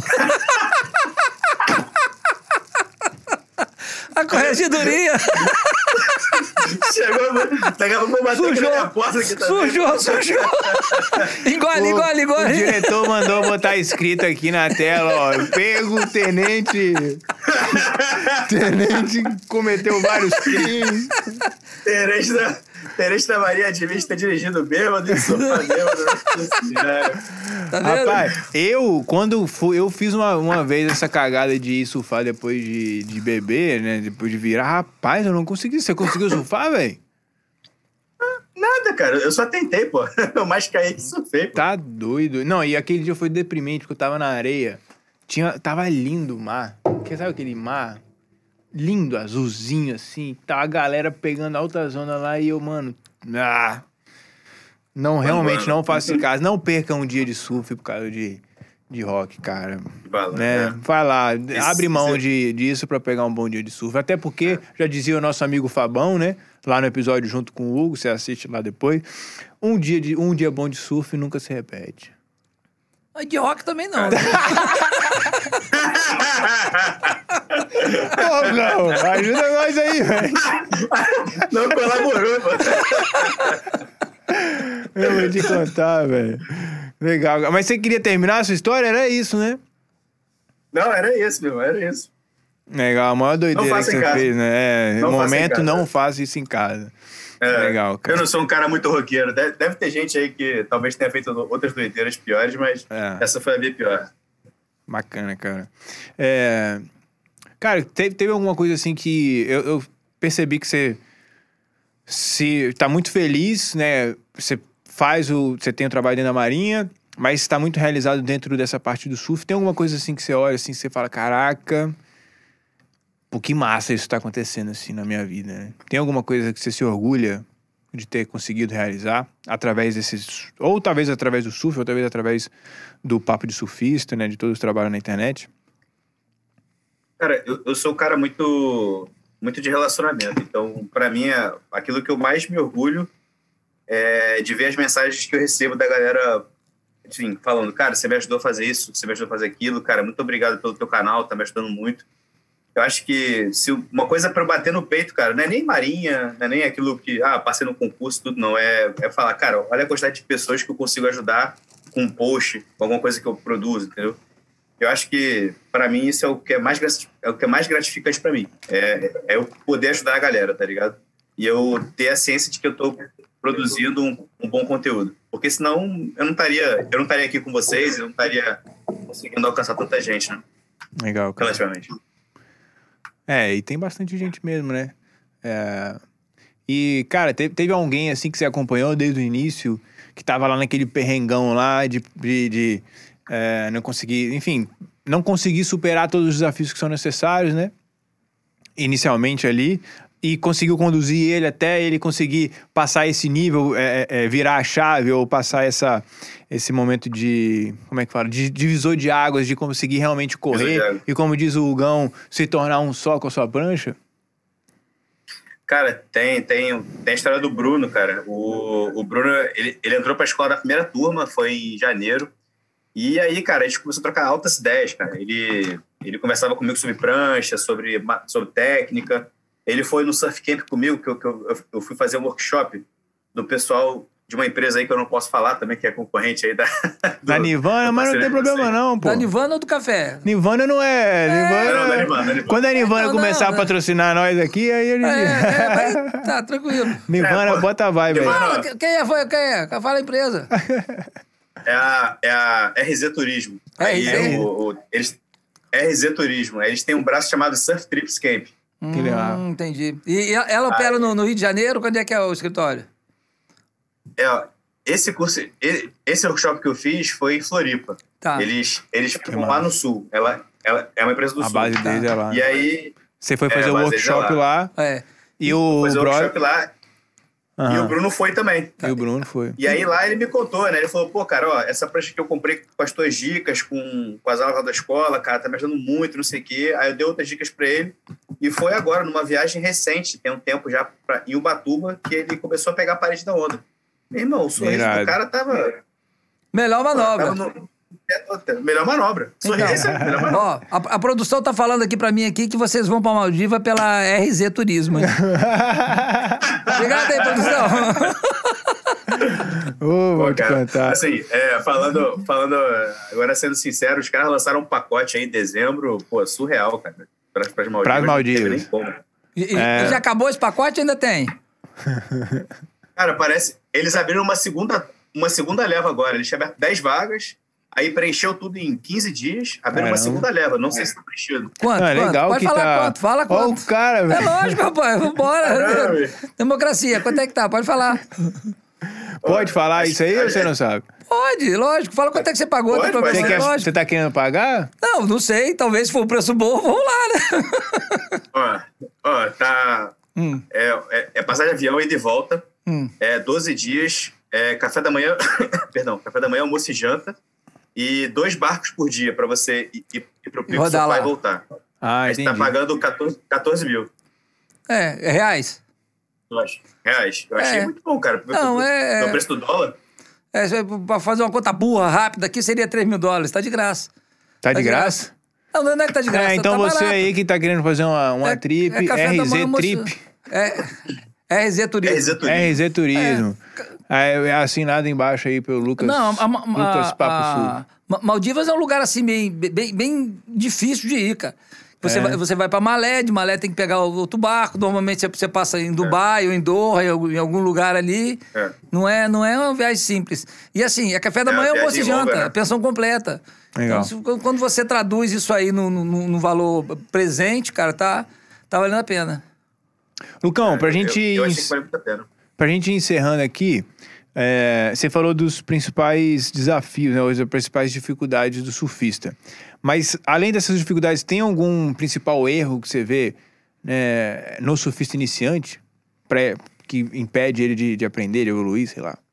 Speaker 2: A corregedoria
Speaker 3: Chegou, pegava uma bater aqui na minha
Speaker 2: sujou,
Speaker 3: porta aqui também.
Speaker 2: sujou, sujou. Engole, engole,
Speaker 1: O
Speaker 2: engole.
Speaker 1: diretor mandou botar escrito aqui na tela, ó. Pego, tenente. Tenente cometeu vários crimes.
Speaker 3: Terence da, Terence da Maria de Vista dirigindo bêbado e sofá bêbado.
Speaker 2: Tá vendo?
Speaker 1: Rapaz, eu, quando fui, eu fiz uma, uma vez essa cagada de ir surfar depois de, de beber, né? Depois de virar. Rapaz, eu não consegui. Você conseguiu surfar, velho?
Speaker 3: Nada, cara. Eu só tentei, pô. Eu mais caí que surfei, pô.
Speaker 1: Tá doido. Não, e aquele dia foi deprimente, porque eu tava na areia. Tinha, tava lindo o mar. Porque sabe aquele mar? Lindo, azulzinho, assim. Tava a galera pegando altas ondas lá e eu, mano... Ah, não, realmente não faço em casa. Não perca um dia de surf por causa de, de rock, cara.
Speaker 3: Bala,
Speaker 1: Né?
Speaker 3: é.
Speaker 1: Vai lá, abre mão
Speaker 3: isso-
Speaker 1: de, disso pra pegar um bom dia de surf. Até porque, já dizia o nosso amigo Fabão, né? Lá no episódio junto com o Hugo, você assiste lá depois. Um dia, de, um dia bom de surf nunca se repete.
Speaker 2: Mas de rock também não. né?
Speaker 1: Pô, não, ajuda nós aí, velho.
Speaker 3: Não colaborou, mano.
Speaker 1: Eu vou te contar, velho. Legal. Mas você queria terminar a sua história? Era isso, né?
Speaker 3: Não, era isso, meu, era isso.
Speaker 1: Legal, a maior doideira que você fez, né? É,
Speaker 3: Não
Speaker 1: momento, não faça isso em casa.
Speaker 3: É,
Speaker 1: Legal, cara.
Speaker 3: Eu não sou um cara muito roqueiro. Deve, deve ter gente aí que talvez tenha feito outras doideiras piores, mas
Speaker 1: É.
Speaker 3: essa foi a minha pior.
Speaker 1: Bacana, cara. É... Cara, teve, teve alguma coisa assim que eu, eu percebi que você se tá muito feliz, né? Você faz o... Você tem o trabalho dentro da Marinha, mas está muito realizado dentro dessa parte do surf. Tem alguma coisa assim que você olha assim, você fala, caraca, pô, que massa isso tá acontecendo assim na minha vida, né? Tem alguma coisa que você se orgulha de ter conseguido realizar através desses... Ou talvez através do surf, ou talvez através do Papo de Surfista, né? De todos os trabalhos na internet?
Speaker 3: Cara, eu, eu sou um cara muito, muito de relacionamento. Então, pra mim, é, aquilo que eu mais me orgulho é de ver as mensagens que eu recebo da galera, enfim, falando, cara, você me ajudou a fazer isso, você me ajudou a fazer aquilo, cara, muito obrigado pelo teu canal, tá me ajudando muito. Eu acho que se uma coisa pra eu bater no peito, cara, não é nem Marinha, não é nem aquilo que, ah, passei no concurso, tudo, não. É, é falar, cara, olha a quantidade de pessoas que eu consigo ajudar com um post, com alguma coisa que eu produzo, entendeu? Eu acho que, para mim, isso é o que é mais, é o que é mais gratificante para mim. É, é eu poder ajudar a galera, tá ligado? E eu ter a ciência de que eu tô produzindo um, um bom conteúdo. Porque senão eu não estaria eu não estaria aqui com vocês, eu não estaria conseguindo alcançar tanta gente, né?
Speaker 1: Legal, cara.
Speaker 3: Relativamente.
Speaker 1: É, e tem bastante gente mesmo, né? É... E, cara, teve, teve alguém, assim, que você acompanhou desde o início, que tava lá naquele perrengão lá de... de, de é, não conseguir... Enfim, não conseguir superar todos os desafios que são necessários, né? Inicialmente ali. E conseguiu conduzir ele até ele conseguir passar esse nível, é, é, virar a chave ou passar essa, esse momento de, como é que fala, de divisor de águas, de conseguir realmente correr e, como diz o Hugão, se tornar um só com a sua prancha?
Speaker 3: Cara, tem, tem, tem a história do Bruno, cara. O, o Bruno, ele, ele entrou pra escola na primeira turma, foi em janeiro. E aí, cara, a gente começou a trocar altas ideias, cara. Ele, ele conversava comigo sobre prancha, sobre, sobre técnica. Ele foi no Surf Camp comigo, que eu, que eu, eu fui fazer um workshop do pessoal de uma empresa aí que eu não posso falar também, que é concorrente aí da... Do,
Speaker 1: da Nirvana, mas não tem problema não, pô.
Speaker 2: Da Nirvana ou do café?
Speaker 1: Nirvana não é...
Speaker 2: é
Speaker 1: Nirvana...
Speaker 3: Não, da Nirvana, da Nirvana.
Speaker 1: Quando a Nirvana
Speaker 2: é, não,
Speaker 1: começar
Speaker 2: não,
Speaker 1: a patrocinar nós aqui, aí a gente...
Speaker 2: É, é, mas tá, tranquilo.
Speaker 1: Nirvana,
Speaker 3: É, pô,
Speaker 1: bota a vibe aí.
Speaker 3: Nirvana-
Speaker 2: Fala, quem é? Foi, quem é? Fala a empresa.
Speaker 3: É a, é a R Z Turismo. Aí
Speaker 2: R Z?
Speaker 3: o, o, eles, R Z Turismo. Aí eles têm um braço chamado Surf Trips Camp.
Speaker 1: Que legal.
Speaker 2: Hum, entendi. E, e ela opera no, no Rio de Janeiro? Quando é que é o escritório?
Speaker 3: É, ó, esse curso, e- esse workshop que eu fiz foi em Floripa.
Speaker 2: Tá.
Speaker 3: Eles, eles ficam
Speaker 1: massa.
Speaker 3: lá no Sul. Ela, ela é uma empresa do
Speaker 1: A
Speaker 3: Sul.
Speaker 1: base deles é lá.
Speaker 3: E aí,
Speaker 1: Você foi
Speaker 3: É,
Speaker 1: fazer o
Speaker 3: a base deles é
Speaker 1: workshop
Speaker 3: lá.
Speaker 1: lá
Speaker 2: É.
Speaker 1: e o
Speaker 3: fazer o
Speaker 1: brother...
Speaker 3: workshop lá. E
Speaker 1: Aham.
Speaker 3: o Bruno foi também.
Speaker 1: E o Bruno foi.
Speaker 3: E aí lá ele me contou, né? Ele falou, pô, cara, ó, essa prancha que eu comprei com as tuas dicas, com, com as aulas da escola, cara, tá me ajudando muito, não sei o quê. Aí eu dei outras dicas pra ele. E foi agora, numa viagem recente, tem um tempo já, pra, em Ubatuba, que ele começou a pegar a parede da onda. Meu irmão, o sorriso
Speaker 1: Irado.
Speaker 3: do cara tava...
Speaker 2: Melhor manobra.
Speaker 3: tava no, melhor manobra. Sorriso,
Speaker 2: Então,
Speaker 3: melhor manobra.
Speaker 2: ó, a, a produção tá falando aqui pra mim aqui que vocês vão pra Maldiva pela R Z Turismo. hein? Obrigado aí, produção.
Speaker 1: Ô, vou
Speaker 3: Pô,
Speaker 1: te
Speaker 3: cara,
Speaker 1: contar.
Speaker 3: assim, é, falando, falando, agora sendo sincero, os caras lançaram um pacote aí em dezembro, pô, surreal, cara, para as Maldivas.
Speaker 1: Pras Maldivas.
Speaker 3: Não teve nem como.
Speaker 2: E, e-
Speaker 1: É.
Speaker 2: e já acabou esse pacote ou ainda tem?
Speaker 3: Cara, parece, eles abriram uma segunda, uma segunda leva agora, eles tinham aberto dez vagas, aí preencheu tudo em quinze dias, abriram uma
Speaker 1: Caramba.
Speaker 3: segunda leva, não sei se tá preenchido.
Speaker 2: Quanto?
Speaker 1: Não, é
Speaker 2: quanto?
Speaker 1: legal
Speaker 2: Pode
Speaker 1: que
Speaker 2: falar
Speaker 1: tá...
Speaker 2: quanto, fala
Speaker 1: Ó
Speaker 2: quanto.
Speaker 1: o cara,
Speaker 2: É
Speaker 1: velho.
Speaker 2: lógico, rapaz, vambora.
Speaker 3: Caramba.
Speaker 2: Democracia, quanto é que tá? Pode falar.
Speaker 1: Pode falar isso aí ou você não sabe?
Speaker 2: Pode, lógico. Fala quanto é que você pagou.
Speaker 3: Pode,
Speaker 2: tem problema,
Speaker 1: Você,
Speaker 3: Mas
Speaker 1: quer,
Speaker 2: lógico.
Speaker 1: você tá querendo pagar?
Speaker 2: Não, não sei. Talvez se for um preço bom, vamos lá, né?
Speaker 3: Ó, ó, tá,
Speaker 2: Hum,
Speaker 3: é, é, é passagem de avião e de volta,
Speaker 2: hum.
Speaker 3: é doze dias, é café da manhã, perdão, café da manhã, almoço e janta, e dois barcos por dia pra você ir, ir, ir pro Pico
Speaker 2: Rodar
Speaker 3: Sofá
Speaker 2: lá.
Speaker 3: e voltar.
Speaker 1: Ah,
Speaker 3: Aí você
Speaker 1: entendi.
Speaker 3: tá pagando catorze mil.
Speaker 2: É, é reais.
Speaker 3: Eu acho. Reais. Eu achei
Speaker 2: É.
Speaker 3: muito bom, cara.
Speaker 2: Não, é-
Speaker 3: No preço do dólar.
Speaker 2: É, pra fazer uma conta burra, rápida aqui, seria três mil dólares. Tá de graça.
Speaker 1: Tá de
Speaker 2: Tá de
Speaker 1: graça?
Speaker 2: Não, não é que tá de graça.
Speaker 1: É, então
Speaker 2: tá
Speaker 1: você
Speaker 2: barato.
Speaker 1: aí que tá querendo fazer uma, uma
Speaker 2: É-
Speaker 1: trip,
Speaker 2: é café da
Speaker 1: R Z
Speaker 2: manhã, almoço-
Speaker 1: Trip.
Speaker 2: É, R Z Turismo.
Speaker 3: R Z Turismo.
Speaker 1: R Z Turismo. É. É assinado embaixo aí pelo Lucas.
Speaker 2: Não, a, a,
Speaker 1: Lucas Papo
Speaker 2: a, a, Maldivas é um lugar assim bem, bem, bem difícil de ir, cara. Você,
Speaker 1: é.
Speaker 2: vai, você vai pra Malé, de Malé tem que pegar outro barco. Normalmente você, você passa em Dubai é. ou em Doha, em algum lugar ali. É. Não, é, não é uma viagem simples. E assim, é café da é manhã, almoço e janta, né? Pensão completa.
Speaker 1: Legal.
Speaker 2: Então, quando você traduz isso aí no, no, no valor presente, cara, tá, tá valendo a pena.
Speaker 1: Lucão, pra gente...
Speaker 3: Eu, eu achei que vale muito a pena.
Speaker 1: Pra gente ir encerrando aqui, é, você falou dos principais desafios, né, as principais dificuldades do surfista. Mas, além dessas dificuldades, tem algum principal erro que você vê, né, no surfista iniciante pra, que impede ele de, de aprender, de evoluir, sei lá?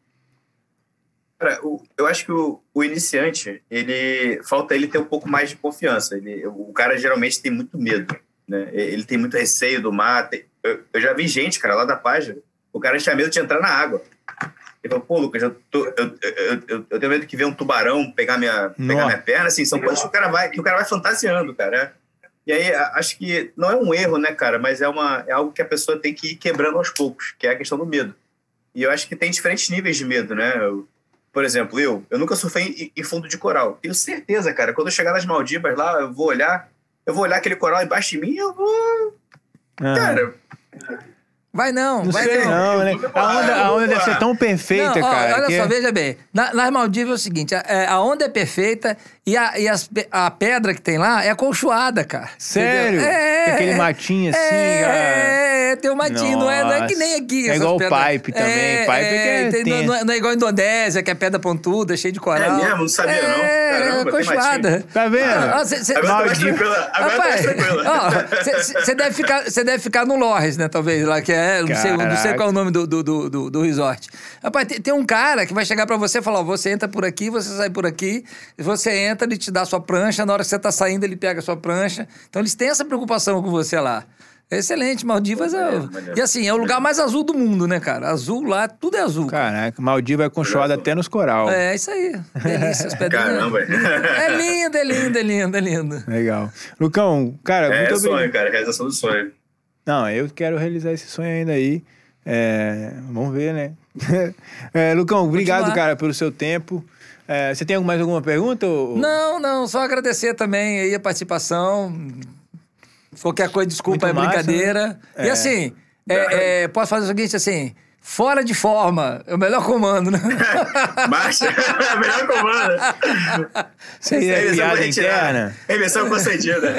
Speaker 3: Cara, o, eu acho que o, o iniciante, ele falta ele ter um pouco mais de confiança. Ele, o cara geralmente tem muito medo, né? Ele tem muito receio do mar. Tem, eu, eu já vi gente, cara, lá da página, o cara tinha medo de entrar na água. Ele falou, pô, Lucas, eu, tô, eu, eu, eu, eu tenho medo de ver um tubarão pegar minha, pegar minha perna, assim, são coisas que o cara vai, que o cara vai fantasiando, cara. E aí, acho que não é um erro, né, cara, mas é, uma, é algo que a pessoa tem que ir quebrando aos poucos, que é a questão do medo. E eu acho que tem diferentes níveis de medo, né? Eu, por exemplo, eu, eu nunca surfei em, em fundo de coral. Tenho certeza, cara, quando eu chegar nas Maldivas lá, eu vou olhar, eu vou olhar aquele coral embaixo de mim e eu vou... Ah. Cara...
Speaker 2: Vai não,
Speaker 1: não
Speaker 2: vai
Speaker 1: sei
Speaker 2: não.
Speaker 1: não, né? A onda, a onda deve ser tão perfeita,
Speaker 2: não, ó,
Speaker 1: cara.
Speaker 2: Olha
Speaker 1: que...
Speaker 2: só, veja bem. Na, nas Maldivas é o seguinte, a, a onda é perfeita e, a, e as, a pedra que tem lá é acolchoada, cara.
Speaker 1: Sério? É, tem aquele matinho assim,
Speaker 2: é,
Speaker 1: cara.
Speaker 2: É, tem um matinho, não é, não é que nem aqui.
Speaker 1: É igual o
Speaker 2: pedras.
Speaker 1: pipe também.
Speaker 2: É,
Speaker 1: pipe é,
Speaker 2: é, tem,
Speaker 1: tem...
Speaker 2: não, não é igual a Indonésia, que é pedra pontuda, cheia de coral.
Speaker 3: É mesmo? Não sabia
Speaker 2: é,
Speaker 3: não. Caramba,
Speaker 2: é acolchoada.
Speaker 1: Tá vendo?
Speaker 2: Ah, cê, cê,
Speaker 3: agora tá tranquila. Agora
Speaker 2: rapaz,
Speaker 3: tá tranquila.
Speaker 2: Você deve, ficar, deve ficar no Lores, né, talvez, lá que é, não sei, não sei qual é o nome do, do, do, do, do resort. Rapaz, tem, tem um cara que vai chegar pra você e falar, ó, você entra por aqui, você sai por aqui, você entra, ele te dá a sua prancha, na hora que você tá saindo, ele pega a sua prancha. Então, eles têm essa preocupação com você lá. É excelente, Maldivas é... E assim, é o lugar mais azul do mundo, né, cara? Azul lá, tudo é azul.
Speaker 1: Caraca, Maldivas é conchoada até nos coral.
Speaker 2: É, isso aí. Delícia, as pedrinhas.
Speaker 3: Caramba.
Speaker 2: É lindo, é lindo, é lindo, é lindo.
Speaker 1: Legal. Lucão, cara,
Speaker 3: é,
Speaker 1: muito
Speaker 3: é sonho,
Speaker 1: obrigado.
Speaker 3: cara, realização do sonho.
Speaker 1: Não, eu quero realizar esse sonho ainda aí. É, vamos ver, né? é, Lucão, obrigado, Continuar. cara, pelo seu tempo. É, você tem mais alguma pergunta? Ou...
Speaker 2: Não, não, só agradecer também aí a participação. Qualquer coisa, desculpa,
Speaker 1: Muito
Speaker 2: é
Speaker 1: massa,
Speaker 2: brincadeira.
Speaker 1: Né?
Speaker 2: E
Speaker 1: É.
Speaker 2: assim, é, é, posso fazer o seguinte, assim, fora de forma, é o melhor comando, né?
Speaker 3: Marcha, é o melhor comando.
Speaker 1: Isso aí é piada interna.
Speaker 3: Remissão concedida.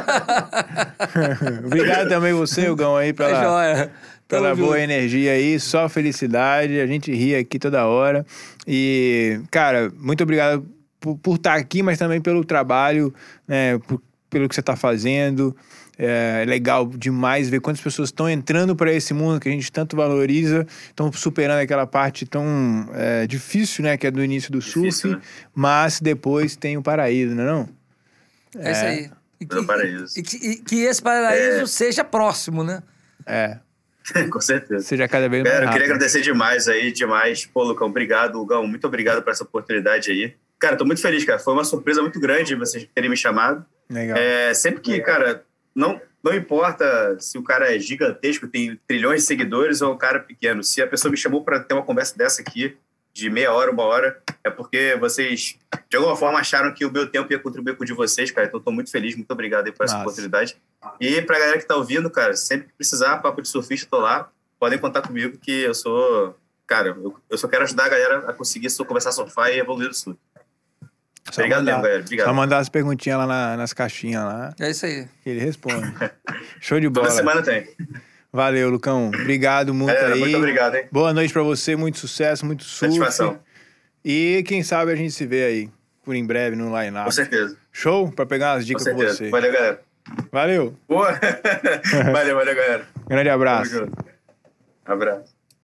Speaker 1: Obrigado também você, Hugão, aí, pela...
Speaker 2: É joia.
Speaker 1: Pela boa energia aí, só felicidade, a gente ri aqui toda hora. E, cara, muito obrigado por, por estar aqui, mas também pelo trabalho, né, por, pelo que você está fazendo. É legal demais ver quantas pessoas estão entrando para esse mundo que a gente tanto valoriza, estão superando aquela parte tão é, difícil, né, que é do início do
Speaker 3: difícil,
Speaker 1: surf,
Speaker 3: né?
Speaker 1: Mas depois tem o paraíso, não é não?
Speaker 2: É, é isso aí. E que,
Speaker 3: paraíso.
Speaker 2: E que, e que esse paraíso
Speaker 3: é.
Speaker 2: seja próximo, né?
Speaker 1: É.
Speaker 3: Com certeza.
Speaker 1: Seja cada vez mais
Speaker 3: Cara, eu
Speaker 1: rápido.
Speaker 3: queria agradecer demais aí, demais. Pô, Lucão, obrigado, Hugão, muito obrigado por essa oportunidade aí. Cara, tô muito feliz, cara. Foi uma surpresa muito grande vocês terem me chamado.
Speaker 1: Legal.
Speaker 3: É, sempre que, cara, não, não importa se o cara é gigantesco, tem trilhões de seguidores ou é um cara pequeno. Se a pessoa me chamou para ter uma conversa dessa aqui, de meia hora, uma hora, é porque vocês, de alguma forma, acharam que o meu tempo ia contribuir com o de vocês, cara. Então, tô muito feliz, muito obrigado aí por essa
Speaker 1: Nossa.
Speaker 3: oportunidade. E pra galera que tá ouvindo, cara, sempre que precisar, papo de surfista, tô lá. Podem contar comigo que eu sou... Cara, eu, eu só quero ajudar a galera a conseguir começar a surfar e evoluir no surf.
Speaker 1: Só
Speaker 3: Obrigado
Speaker 1: mandar,
Speaker 3: mesmo, galera. Obrigado.
Speaker 1: Só mandar as perguntinhas lá na- nas caixinhas lá,
Speaker 2: É isso aí.
Speaker 1: que ele responde. Show de bola.
Speaker 3: Toda semana tem.
Speaker 1: Valeu, Lucão. Obrigado muito
Speaker 3: Galera,
Speaker 1: aí.
Speaker 3: muito obrigado, hein?
Speaker 1: Boa noite pra você, muito sucesso, muito surf.
Speaker 3: Satisfação.
Speaker 1: E quem sabe a gente se vê aí, por em breve, no line-up.
Speaker 3: Com certeza.
Speaker 1: Show? Pra pegar umas
Speaker 3: Com
Speaker 1: dicas com,
Speaker 3: certeza.
Speaker 1: você.
Speaker 3: Valeu, galera.
Speaker 1: Valeu.
Speaker 3: Boa. Valeu, valeu, galera.
Speaker 1: Grande abraço.
Speaker 3: Tamo junto. Abraço.